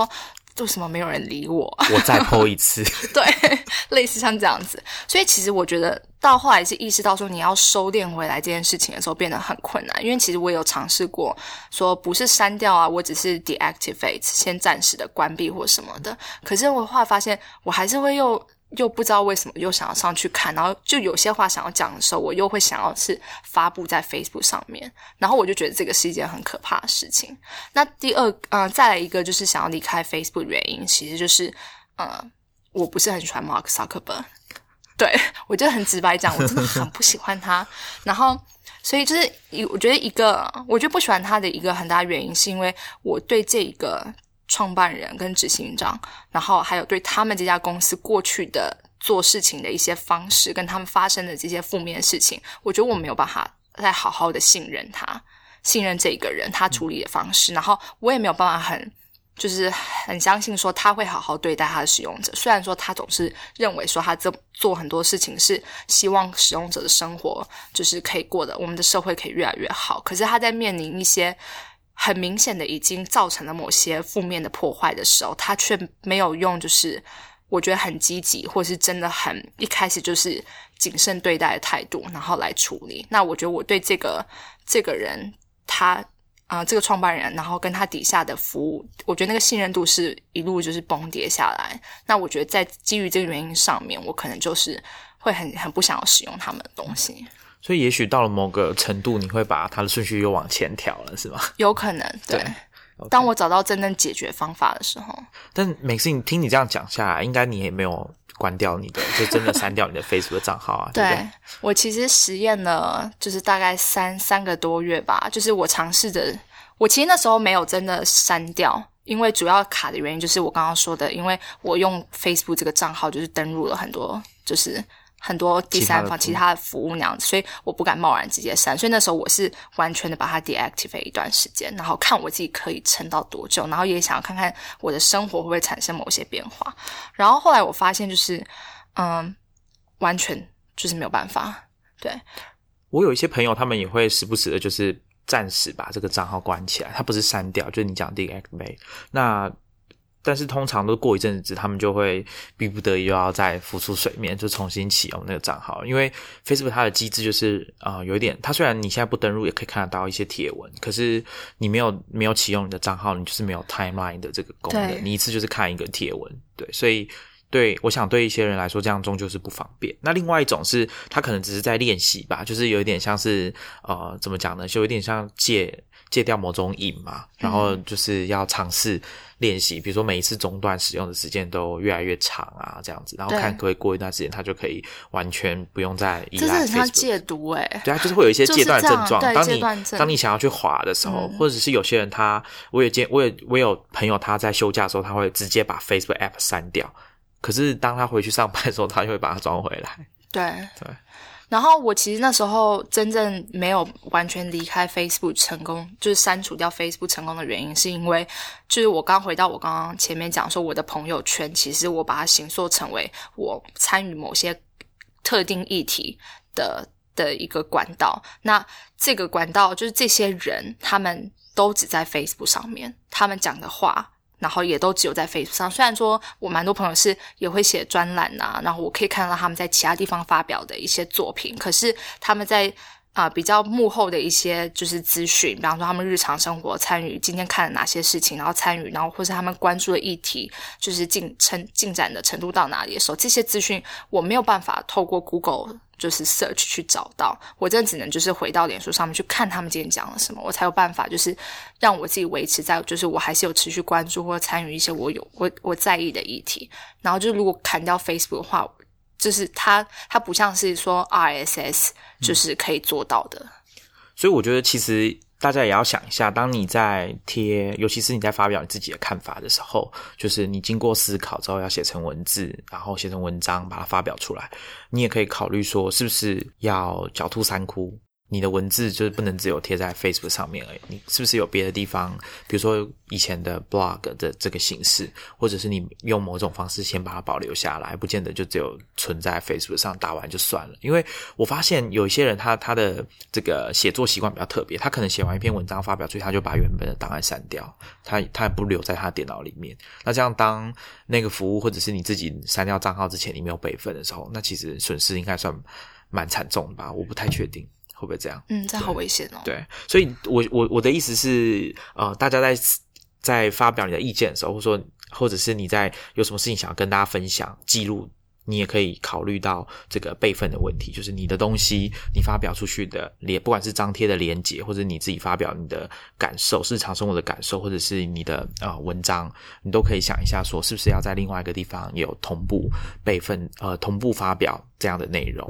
为什么没有人理我？ 我再 po 一次。 对，类似像这样子。所以其实我觉得到后来是意识到说你要收敛回来这件事情的时候变得很困难，因为其实我也有尝试过说不是删掉啊，我只是 deactivate 先暂时的关闭或什么的，可是我后来发现我还是会又不知道为什么又想要上去看，然后就有些话想要讲的时候我又会想要是发布在 Facebook 上面，然后我就觉得这个是一件很可怕的事情。那第二再来一个就是想要离开 Facebook 的原因其实就是我不是很喜欢 Mark Zuckerberg， 对，我就很直白讲我真的很不喜欢他然后所以就是我觉得不喜欢他的一个很大的原因是因为我对这一个创办人跟执行长，然后还有对他们这家公司过去的做事情的一些方式跟他们发生的这些负面的事情，我觉得我没有办法再好好的信任这个人他处理的方式，然后我也没有办法很相信说他会好好对待他的使用者，虽然说他总是认为说他做很多事情是希望使用者的生活就是可以过得我们的社会可以越来越好，可是他在面临一些很明显的已经造成了某些负面的破坏的时候，他却没有用就是我觉得很积极或是真的很一开始就是谨慎对待的态度然后来处理。那我觉得我对这个人他这个创办人然后跟他底下的服务，我觉得那个信任度是一路就是崩跌下来，那我觉得在基于这个原因上面我可能就是会很不想要使用他们的东西。 所以也许到了某个程度你会把它的顺序又往前调了是吗？ 有可能，对okay. 当我找到真正解决方法的时候。 但Maxine听你这样讲下来，应该你也没有关掉你的就真的删掉你的 Facebook 账号啊对不对？ 我其实实验了就是大概三个多月吧，就是我尝试着，我其实那时候没有真的删掉，因为主要卡的原因就是我刚刚说的，因为我用 Facebook 这个账号就是登入了很多第三方其他的服务那样子，所以我不敢贸然直接删，所以那时候我是完全的把它 deactivate 一段时间，然后看我自己可以撑到多久，然后也想要看看我的生活会不会产生某些变化。然后后来我发现就是完全就是没有办法。对， 我有一些朋友他们也会时不时的就是暂时把这个账号关起来，他不是删掉，就是你讲 deactivate， 但是通常都过一阵子他们就会逼不得已又要再浮出水面，就重新启用那个账号。因为 Facebook 它的机制就是有一点，它虽然你现在不登入也可以看得到一些贴文，可是你没有启用你的账号，你就是没有 timeline 的这个功能，你一次就是看一个贴文。对，所以我想对一些人来说这样终究是不方便。那另外一种是他可能只是在练习吧，就是有一点像是怎么讲呢，就有点像戒掉某种瘾嘛，然后就是要尝试练习，比如说每一次中断使用的时间都越来越长啊这样子，然后看可不可以过一段时间他就可以完全不用再依赖 Facebook。 这是很像戒毒对啊，就是会有一些戒断症状， 就是当你想要去滑的时候，或者是有些人我有朋友他在休假的时候他会直接把 Facebook app 删掉，可是当他回去上班的时候他就会把它装回来。 对，然后我其实那时候真正没有完全离开 Facebook 成功，就是删除掉 Facebook 成功的原因是因为就是我刚刚前面讲说我的朋友圈其实我把它形塑成为我参与某些特定议题的一个管道，那这个管道就是这些人他们都只在 Facebook 上面，他们讲的话然后也都只有在 Facebook 上，虽然说我蛮多朋友是也会写专栏啊，然后我可以看到他们在其他地方发表的一些作品，可是他们在比较幕后的一些就是资讯，比方说他们日常生活参与今天看了哪些事情，然后参与，然后或是他们关注的议题就是进展的程度到哪里的时候，这些资讯我没有办法透过 Google 就是 search 去找到，我真的只能就是回到脸书上面去看他们今天讲了什么，我才有办法就是让我自己维持在就是我还是有持续关注或参与一些我在意的议题。然后就是如果砍掉 Facebook 的话，就是它不像是说 RSS 就是可以做到的。 所以我觉得其实大家也要想一下，当你在尤其是你在发表你自己的看法的时候，就是你经过思考之后要写成文字，然后写成文章把它发表出来，你也可以考虑说是不是要狡兔三窟， 你的文字就是不能只有贴在 Facebook 上面而已，你是不是有别的地方，比如说以前的 blog 的这个形式，或者是你用某种方式先把它保留下来，不见得就只有存在 Facebook 上打完就算了。因为我发现有一些人他的这个写作习惯比较特别，他可能写完一篇文章发表出去，他就把原本的档案删掉，他也不留在他的电脑里面。那这样当那个服务或者是你自己删掉账号之前你没有备份的时候，那其实损失应该算蛮惨重的吧，我不太确定会不会这样？ 这好危险哦。 对，所以我的意思是，大家在发表你的意见的时候，或者是你在有什么事情想要跟大家分享、记录，你也可以考虑到这个备份的问题，就是你的东西，你发表出去的不管是张贴的连结，或者你自己发表你的感受、日常生活的感受，或者是你的文章，你都可以想一下说，是不是要在另外一个地方有同步备份、同步发表这样的内容。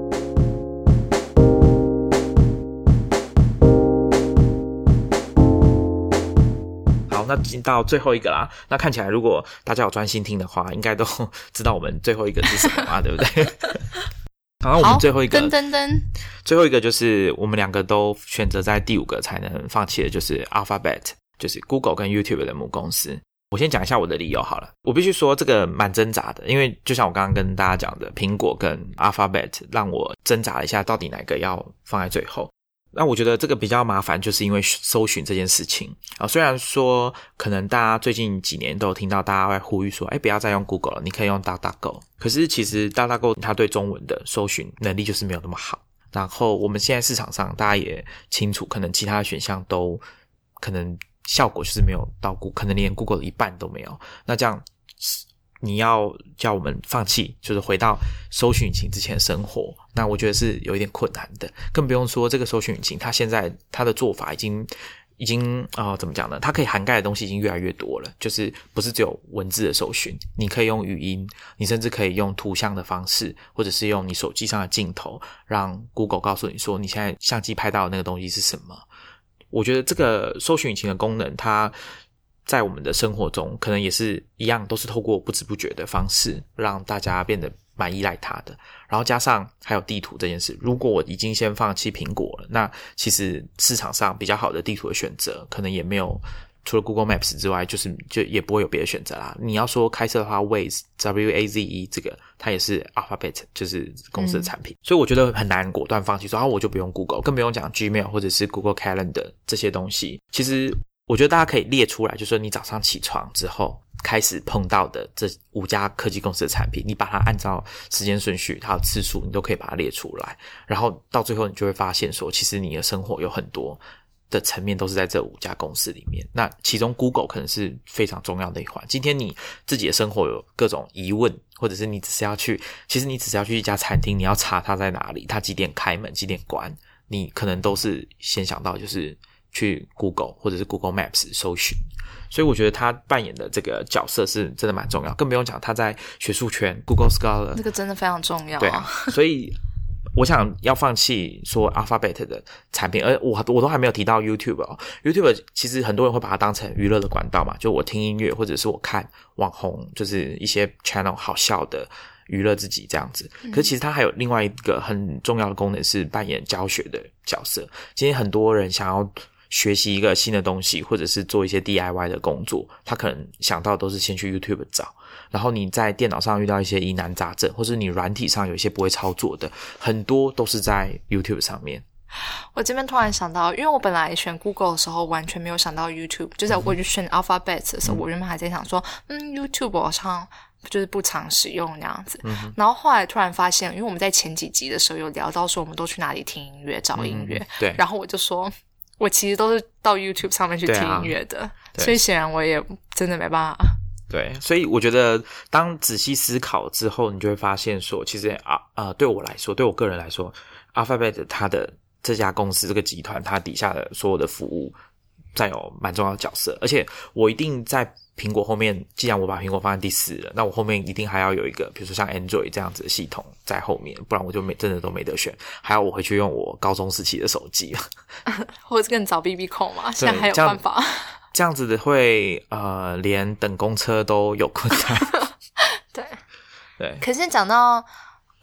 那进到最后一个啦，那看起来如果大家有专心听的话，应该都知道我们最后一个是什么嘛，对不对？然后我们最后一个最后一个就是我们两个都选择在第5个才能放弃的，就是 Alphabet， 就是 Google 跟 YouTube 的母公司。我先讲一下我的理由好了。我必须说这个蛮挣扎的，因为就像我刚刚跟大家讲的，苹果跟 Alphabet 让我挣扎了一下，到底哪个要放在最后。那我觉得这个比较麻烦，就是因为搜寻这件事情虽然说可能大家最近几年都有听到大家会呼吁说不要再用 Google 了，你可以用 DuckDuckGo， 可是其实 DuckDuckGo 它对中文的搜寻能力就是没有那么好。然后我们现在市场上大家也清楚，可能其他的选项都可能效果就是没有到可能连 Google 的一半都没有。那这样你要叫我们放弃，就是回到搜寻引擎之前的生活，那我觉得是有一点困难的。更不用说这个搜寻引擎它现在它的做法已经怎么讲呢，它可以涵盖的东西已经越来越多了，就是不是只有文字的搜寻，你可以用语音，你甚至可以用图像的方式，或者是用你手机上的镜头，让 Google 告诉你说你现在相机拍到的那个东西是什么。我觉得这个搜寻引擎的功能，它在我们的生活中可能也是一样，都是透过不知不觉的方式让大家变得蛮依赖它的。然后加上还有地图这件事，如果我已经先放弃苹果了，那其实市场上比较好的地图的选择可能也没有，除了 Google Maps 之外，就也不会有别的选择啦。你要说开车的话 Waze WAZE 这个它也是 Alphabet 就是公司的产品，所以我觉得很难果断放弃说我就不用 Google， 更不用讲 Gmail 或者是 Google Calendar 这些东西。其实我觉得大家可以列出来，就是说你早上起床之后开始碰到的这5家科技公司的产品，你把它按照时间顺序它的次数你都可以把它列出来，然后到最后你就会发现说其实你的生活有很多的层面都是在这5家公司里面。那其中 Google 可能是非常重要的一环。今天你自己的生活有各种疑问，或者是你只是要去一家餐厅，你要查它在哪里，它几点开门几点关，你可能都是先想到就是去 Google 或者是 Google Maps 搜寻。所以我觉得他扮演的这个角色是真的蛮重要，更不用讲他在学术圈 Google Scholar 这个真的非常重要。 对啊，所以我想要放弃说 Alphabet 的产品，而我都还没有提到 YouTube YouTube 其实很多人会把它当成娱乐的管道嘛，就我听音乐或者是我看网红，就是一些 channel 好笑的娱乐自己这样子。可是其实它还有另外一个很重要的功能，是扮演教学的角色。今天很多人想要学习一个新的东西，或者是做一些 DIY 的工作，他可能想到都是先去 YouTube 找，然后你在电脑上遇到一些疑难杂症，或是你软体上有一些不会操作的，很多都是在 YouTube 上面。 我这边突然想到，因为我本来选 Google 的时候完全没有想到 YouTube， 就在我选 Alphabet 的时候，我原本还在想说YouTube 好像就是不常使用那样子，然后后来突然发现，因为我们在前几集的时候有聊到说我们都去哪里听音乐找音乐， 对， 然后我就说我其实都是到 YouTube 上面去听音乐的，所以显然我也真的没办法。 对，所以我觉得当仔细思考之后，你就会发现说，其实对我来说，对我个人来说 Alphabet 它的这家公司这个集团它底下的所有的服务占有蛮重要的角色，而且我一定在苹果后面，既然我把苹果放在第4了，那我后面一定还要有一个比如说像 Android 这样子的系统在后面，不然我就真的都没得选，还要我回去用我高中时期的手机或者更早 BB 扣嘛，现在还有办法。 这样子的会连等公车都有困难。 对，可是讲到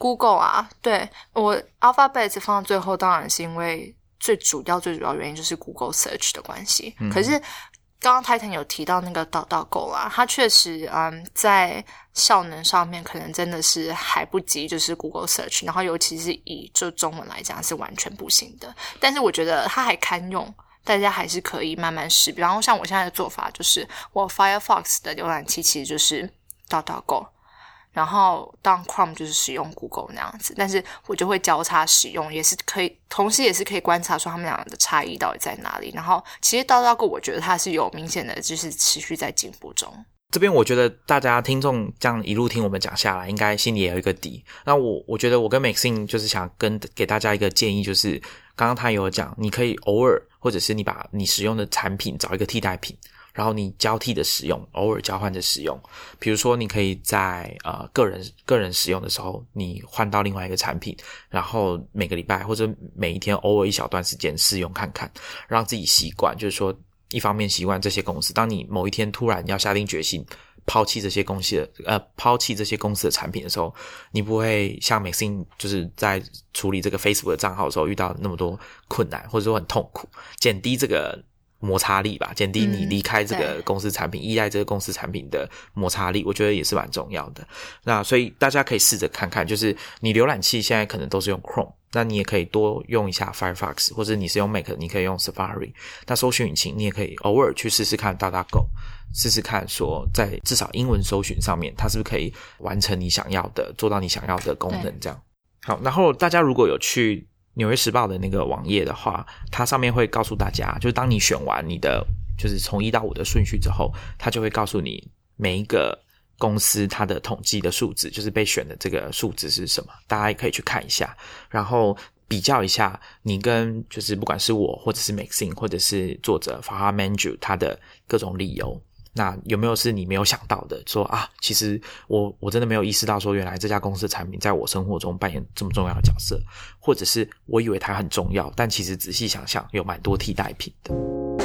Google 啊，对，我 Alphabet 放到最后当然是因为最主要原因就是 Google Search 的关系。可是刚刚 Titan 有提到那个DuckDuckGo 啦，它确实在效能上面可能真的是还不及就是 Google Search， 然后尤其是以就中文来讲是完全不行的，但是我觉得它还堪用，大家还是可以慢慢试。比方说像我现在的做法就是我 Firefox 的浏览器其实就是 DuckDuckGo， 然后当 Chrome 就是使用 Google 那样子，但是我就会交叉使用，也是可以，同时也是可以观察说他们俩的差异到底在哪里。然后其实DuckDuckGo我觉得它是有明显的就是持续在进步中。 这边我觉得大家听众这样一路听我们讲下来，应该心里也有一个底。那我觉得我跟 Maxine 就是想给大家一个建议，就是刚刚他有讲，你可以偶尔或者是你把你使用的产品找一个替代品，然后你交替的使用，偶尔交换的使用。比如说你可以在个人使用的时候，你换到另外一个产品，然后每个礼拜或者每一天偶尔一小段时间试用看看，让自己习惯，就是说一方面习惯这些公司，当你某一天突然要下定决心抛弃这些公司的产品的时候，你不会像 Maxine 就是在处理这个 Facebook 的账号的时候遇到那么多困难，或者说很痛苦，减低这个摩擦力吧，减低你离开这个公司产品，依赖这个公司产品的摩擦力，我觉得也是蛮重要的。那所以大家可以试着看看，就是你浏览器现在可能都是用 Chrome， 那你也可以多用一下 Firefox， 或者你是用 Mac 你可以用 Safari。 那搜寻引擎你也可以偶尔去试试看DuckDuckGo，试试看说在至少英文搜寻上面它是不是可以完成你想要的，做到你想要的功能这样。好，然后大家如果有去纽约时报的那个网页的话，它上面会告诉大家，就是当你选完你的就是从1到5的顺序之后，它就会告诉你每一个公司它的统计的数值，就是被选的这个数值是什么，大家也可以去看一下，然后比较一下你跟就是不管是我或者是 Maxine 或者是作者 Farhad Manjoo 他的各种理由，那有没有是你没有想到的，说啊其实我真的没有意识到说原来这家公司的产品在我生活中扮演这么重要的角色，或者是我以为它很重要，但其实仔细想想有蛮多替代品的。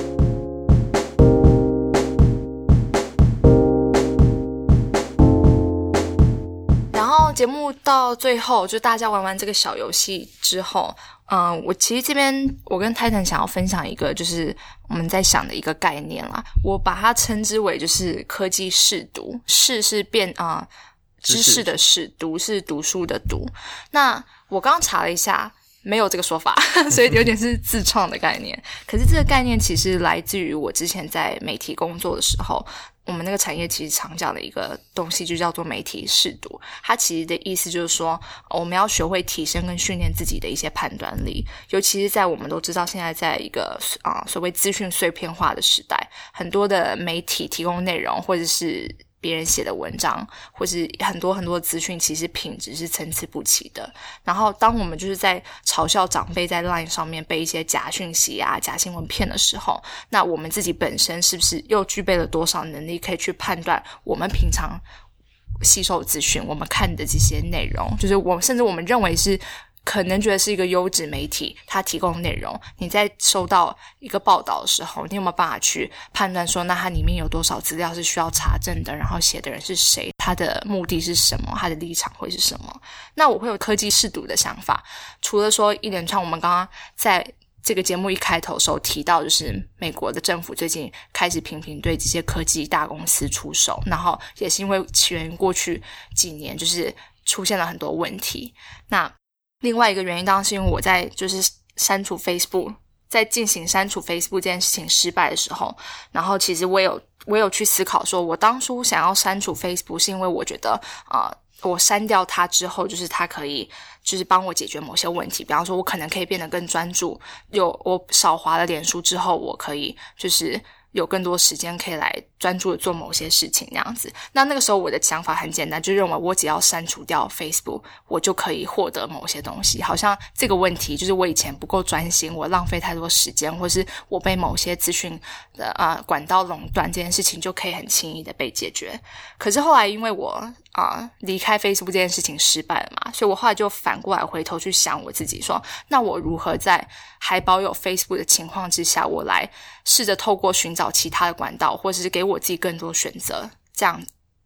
然后节目到最后就大家玩完这个小游戏之后，我其实这边我跟 Titan 想要分享一个就是我们在想的一个概念啦，我把它称之为就是科技识读，识是知识的识，读是读书的读。那我刚刚查了一下没有这个说法所以有点是自创的概念，可是这个概念其实来自于我之前在媒体工作的时候，我们那个产业其实常讲的一个东西就叫做媒体识读。它其实的意思就是说我们要学会提升跟训练自己的一些判断力，尤其是在我们都知道现在在一个所谓资讯碎片化的时代，很多的媒体提供内容或者是别人写的文章或是很多很多的资讯其实品质是参差不齐的，然后当我们就是在嘲笑长辈在 LINE 上面被一些假讯息假新闻骗的时候，那我们自己本身是不是又具备了多少能力可以去判断我们平常吸收资讯我们看的这些内容，就是甚至我们认为是可能觉得是一个优质媒体它提供的内容，你在收到一个报道的时候，你有没有办法去判断说那它里面有多少资料是需要查证的，然后写的人是谁，他的目的是什么，他的立场会是什么。那我会有科技识读的想法，除了说一连串我们刚刚在这个节目一开头的时候提到，就是美国的政府最近开始频频对这些科技大公司出手，然后也是因为起源于过去几年就是出现了很多问题。那另外一个原因当然是因为我在就是删除 Facebook， 在进行删除 Facebook 这件事情失败的时候，然后其实我有去思考说，我当初想要删除 Facebook 是因为我觉得我删掉它之后，就是它可以就是帮我解决某些问题，比方说我可能可以变得更专注，我少滑了脸书之后，我可以就是有更多时间可以来专注的做某些事情那样子。那个时候我的想法很简单，就认为我只要删除掉 Facebook 我就可以获得某些东西，好像这个问题就是我以前不够专心，我浪费太多时间，或是我被某些资讯的管道垄断，这件事情就可以很轻易的被解决。可是后来因为我离开 Facebook 这件事情失败了嘛，所以我后来就反过来回头去想我自己说，那我如何在还保有 Facebook 的情况之下，我来试着透过寻找其他的管道，或者是给我自己更多选择，这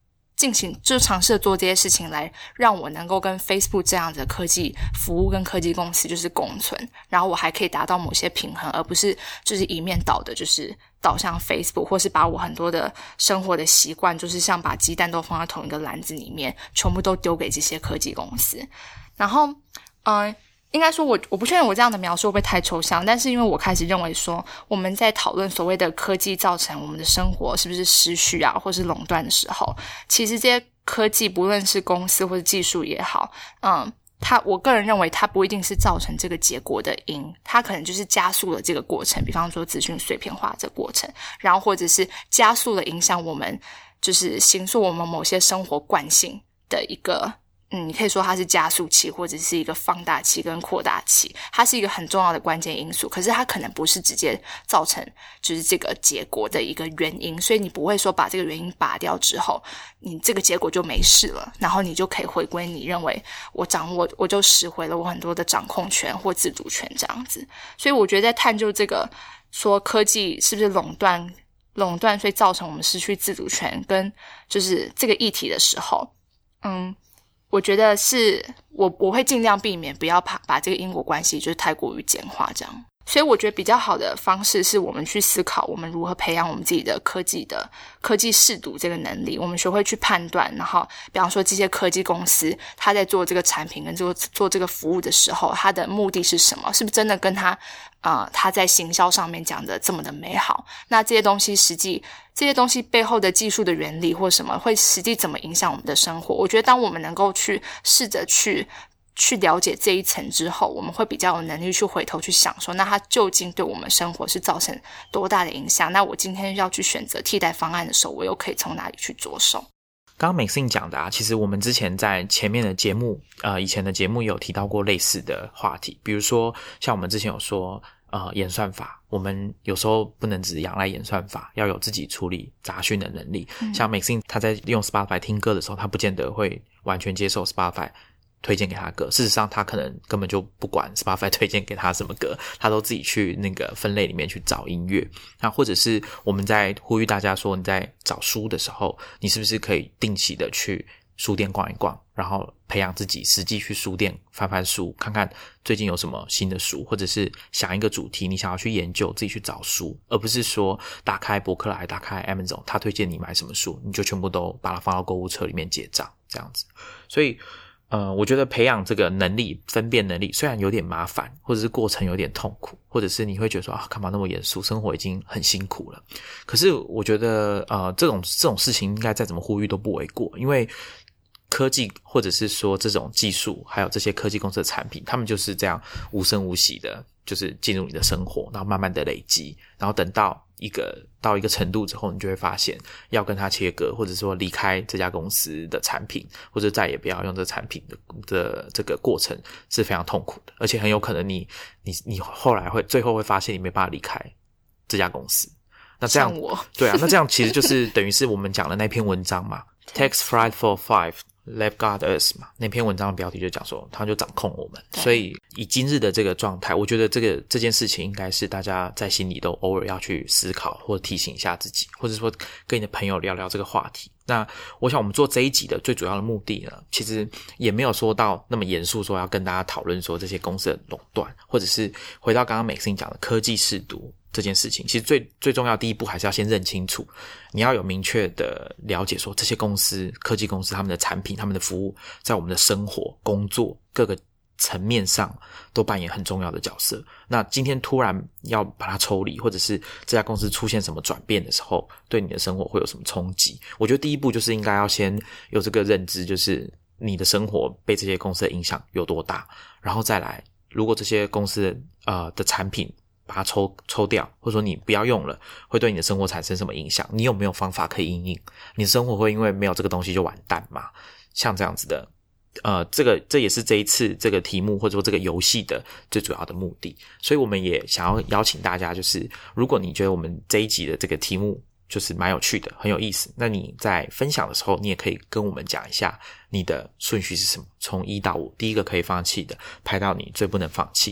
就尝试做这些事情来让我能够跟 Facebook 这样的科技服务跟科技公司就是共存，然后我还可以达到某些平衡，而不是就是一面倒的就是导向 Facebook， 或是把我很多的生活的习惯就是像把鸡蛋都放在同一个篮子里面全部都丢给这些科技公司。然后应该说我不确定我这样的描述会不会太抽象，但是因为我开始认为说我们在讨论所谓的科技造成我们的生活是不是失序啊或是垄断的时候，其实这些科技不论是公司或者技术也好，我个人认为它不一定是造成这个结果的因，它可能就是加速了这个过程，比方说资讯碎片化这个过程，然后或者是加速了影响我们就是形塑我们某些生活惯性的一个你可以说它是加速器或者是一个放大器跟扩大器，它是一个很重要的关键因素，可是它可能不是直接造成就是这个结果的一个原因，所以你不会说把这个原因拔掉之后你这个结果就没事了，然后你就可以回归你认为我就拾回了我很多的掌控权或自主权这样子。所以我觉得在探究这个说科技是不是垄断所以造成我们失去自主权跟就是这个议题的时候，我觉得是我会尽量避免不要把这个因果关系就是太过于简化这样。所以我觉得比较好的方式是我们去思考我们如何培养我们自己的科技识读这个能力，我们学会去判断，然后比方说这些科技公司他在做这个产品跟做这个服务的时候，他的目的是什么，是不是真的跟他在行销上面讲的这么的美好，那这些东西背后的技术的原理或什么会实际怎么影响我们的生活，我觉得当我们能够去试着去了解这一层之后，我们会比较有能力去回头去想说那它究竟对我们生活是造成多大的影响，那我今天要去选择替代方案的时候我又可以从哪里去着手。 刚刚 Maxine 讲的其实我们之前在前面的节目以前的节目也有提到过类似的话题，比如说像我们之前有说演算法，我们有时候不能只仰赖演算法，要有自己处理杂讯的能力。像 Maxine 他在用 Spotify 听歌的时候，他不见得会完全接受 Spotify 推荐给他的歌，事实上他可能根本就不管 Spotify 推荐给他什么歌，他都自己去那个分类里面去找音乐。那或者是我们在呼吁大家说你在找书的时候，你是不是可以定期的去书店逛一逛，然后培养自己实际去书店翻翻书，看看最近有什么新的书，或者是想一个主题你想要去研究，自己去找书，而不是说打开博客来打开 Amazon 他推荐你买什么书你就全部都把它放到购物车里面结账这样子。所以我觉得培养这个能力分辨能力虽然有点麻烦，或者是过程有点痛苦，或者是你会觉得说干嘛那么严肃，生活已经很辛苦了，可是我觉得这种事情应该再怎么呼吁都不为过，因为科技或者是说这种技术还有这些科技公司的产品，他们就是这样无声无息的就是进入你的生活，然后慢慢的累积，然后等到一个程度之后，你就会发现要跟它切割，或者说离开这家公司的产品，或者再也不要用这产品的这个过程是非常痛苦的，而且很有可能你后来最后会发现你没办法离开这家公司。那这样对啊，那这样其实就是等于是我们讲的那篇文章嘛Tax Fright for Five Left Guard Us 嘛，那篇文章的标题就讲说他就掌控我们。所以以今日的这个状态，我觉得这件事情应该是大家在心里都偶尔要去思考或提醒一下自己，或者说跟你的朋友聊聊这个话题。那我想我们做这一集的最主要的目的呢，其实也没有说到那么严肃，说要跟大家讨论说这些公司的垄断，或者是回到刚刚Maxine讲的科技识读这件事情。其实最重要的第一步还是要先认清楚，你要有明确的了解说这些科技公司他们的产品他们的服务在我们的生活工作各个层面上都扮演很重要的角色。那今天突然要把它抽离，或者是这家公司出现什么转变的时候，对你的生活会有什么冲击，我觉得第一步就是应该要先有这个认知，就是你的生活被这些公司的影响有多大，然后再来如果这些公司的产品把它抽掉，或者说你不要用了，会对你的生活产生什么影响，你有没有方法可以因应，你的生活会因为没有这个东西就完蛋吗？像这样子的这也是这一次这个题目或者说这个游戏的最主要的目的。所以我们也想要邀请大家，就是如果你觉得我们这一集的这个题目就是蛮有趣的很有意思，那你在分享的时候你也可以跟我们讲一下你的顺序是什么，从1到5，第一个可以放弃的排到你最不能放弃的，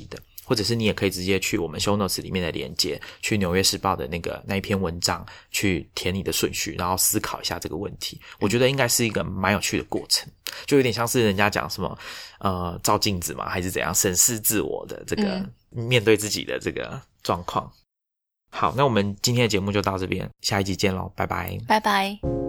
或者是你也可以直接去我们 show notes 里面的连结，去纽约时报的那一篇文章去填你的顺序，然后思考一下这个问题。我觉得应该是一个蛮有趣的过程，就有点像是人家讲什么照镜子嘛，还是怎样审视自我的这个面对自己的这个状况。好，那我们今天的节目就到这边，下一集见咯，拜拜。 拜拜。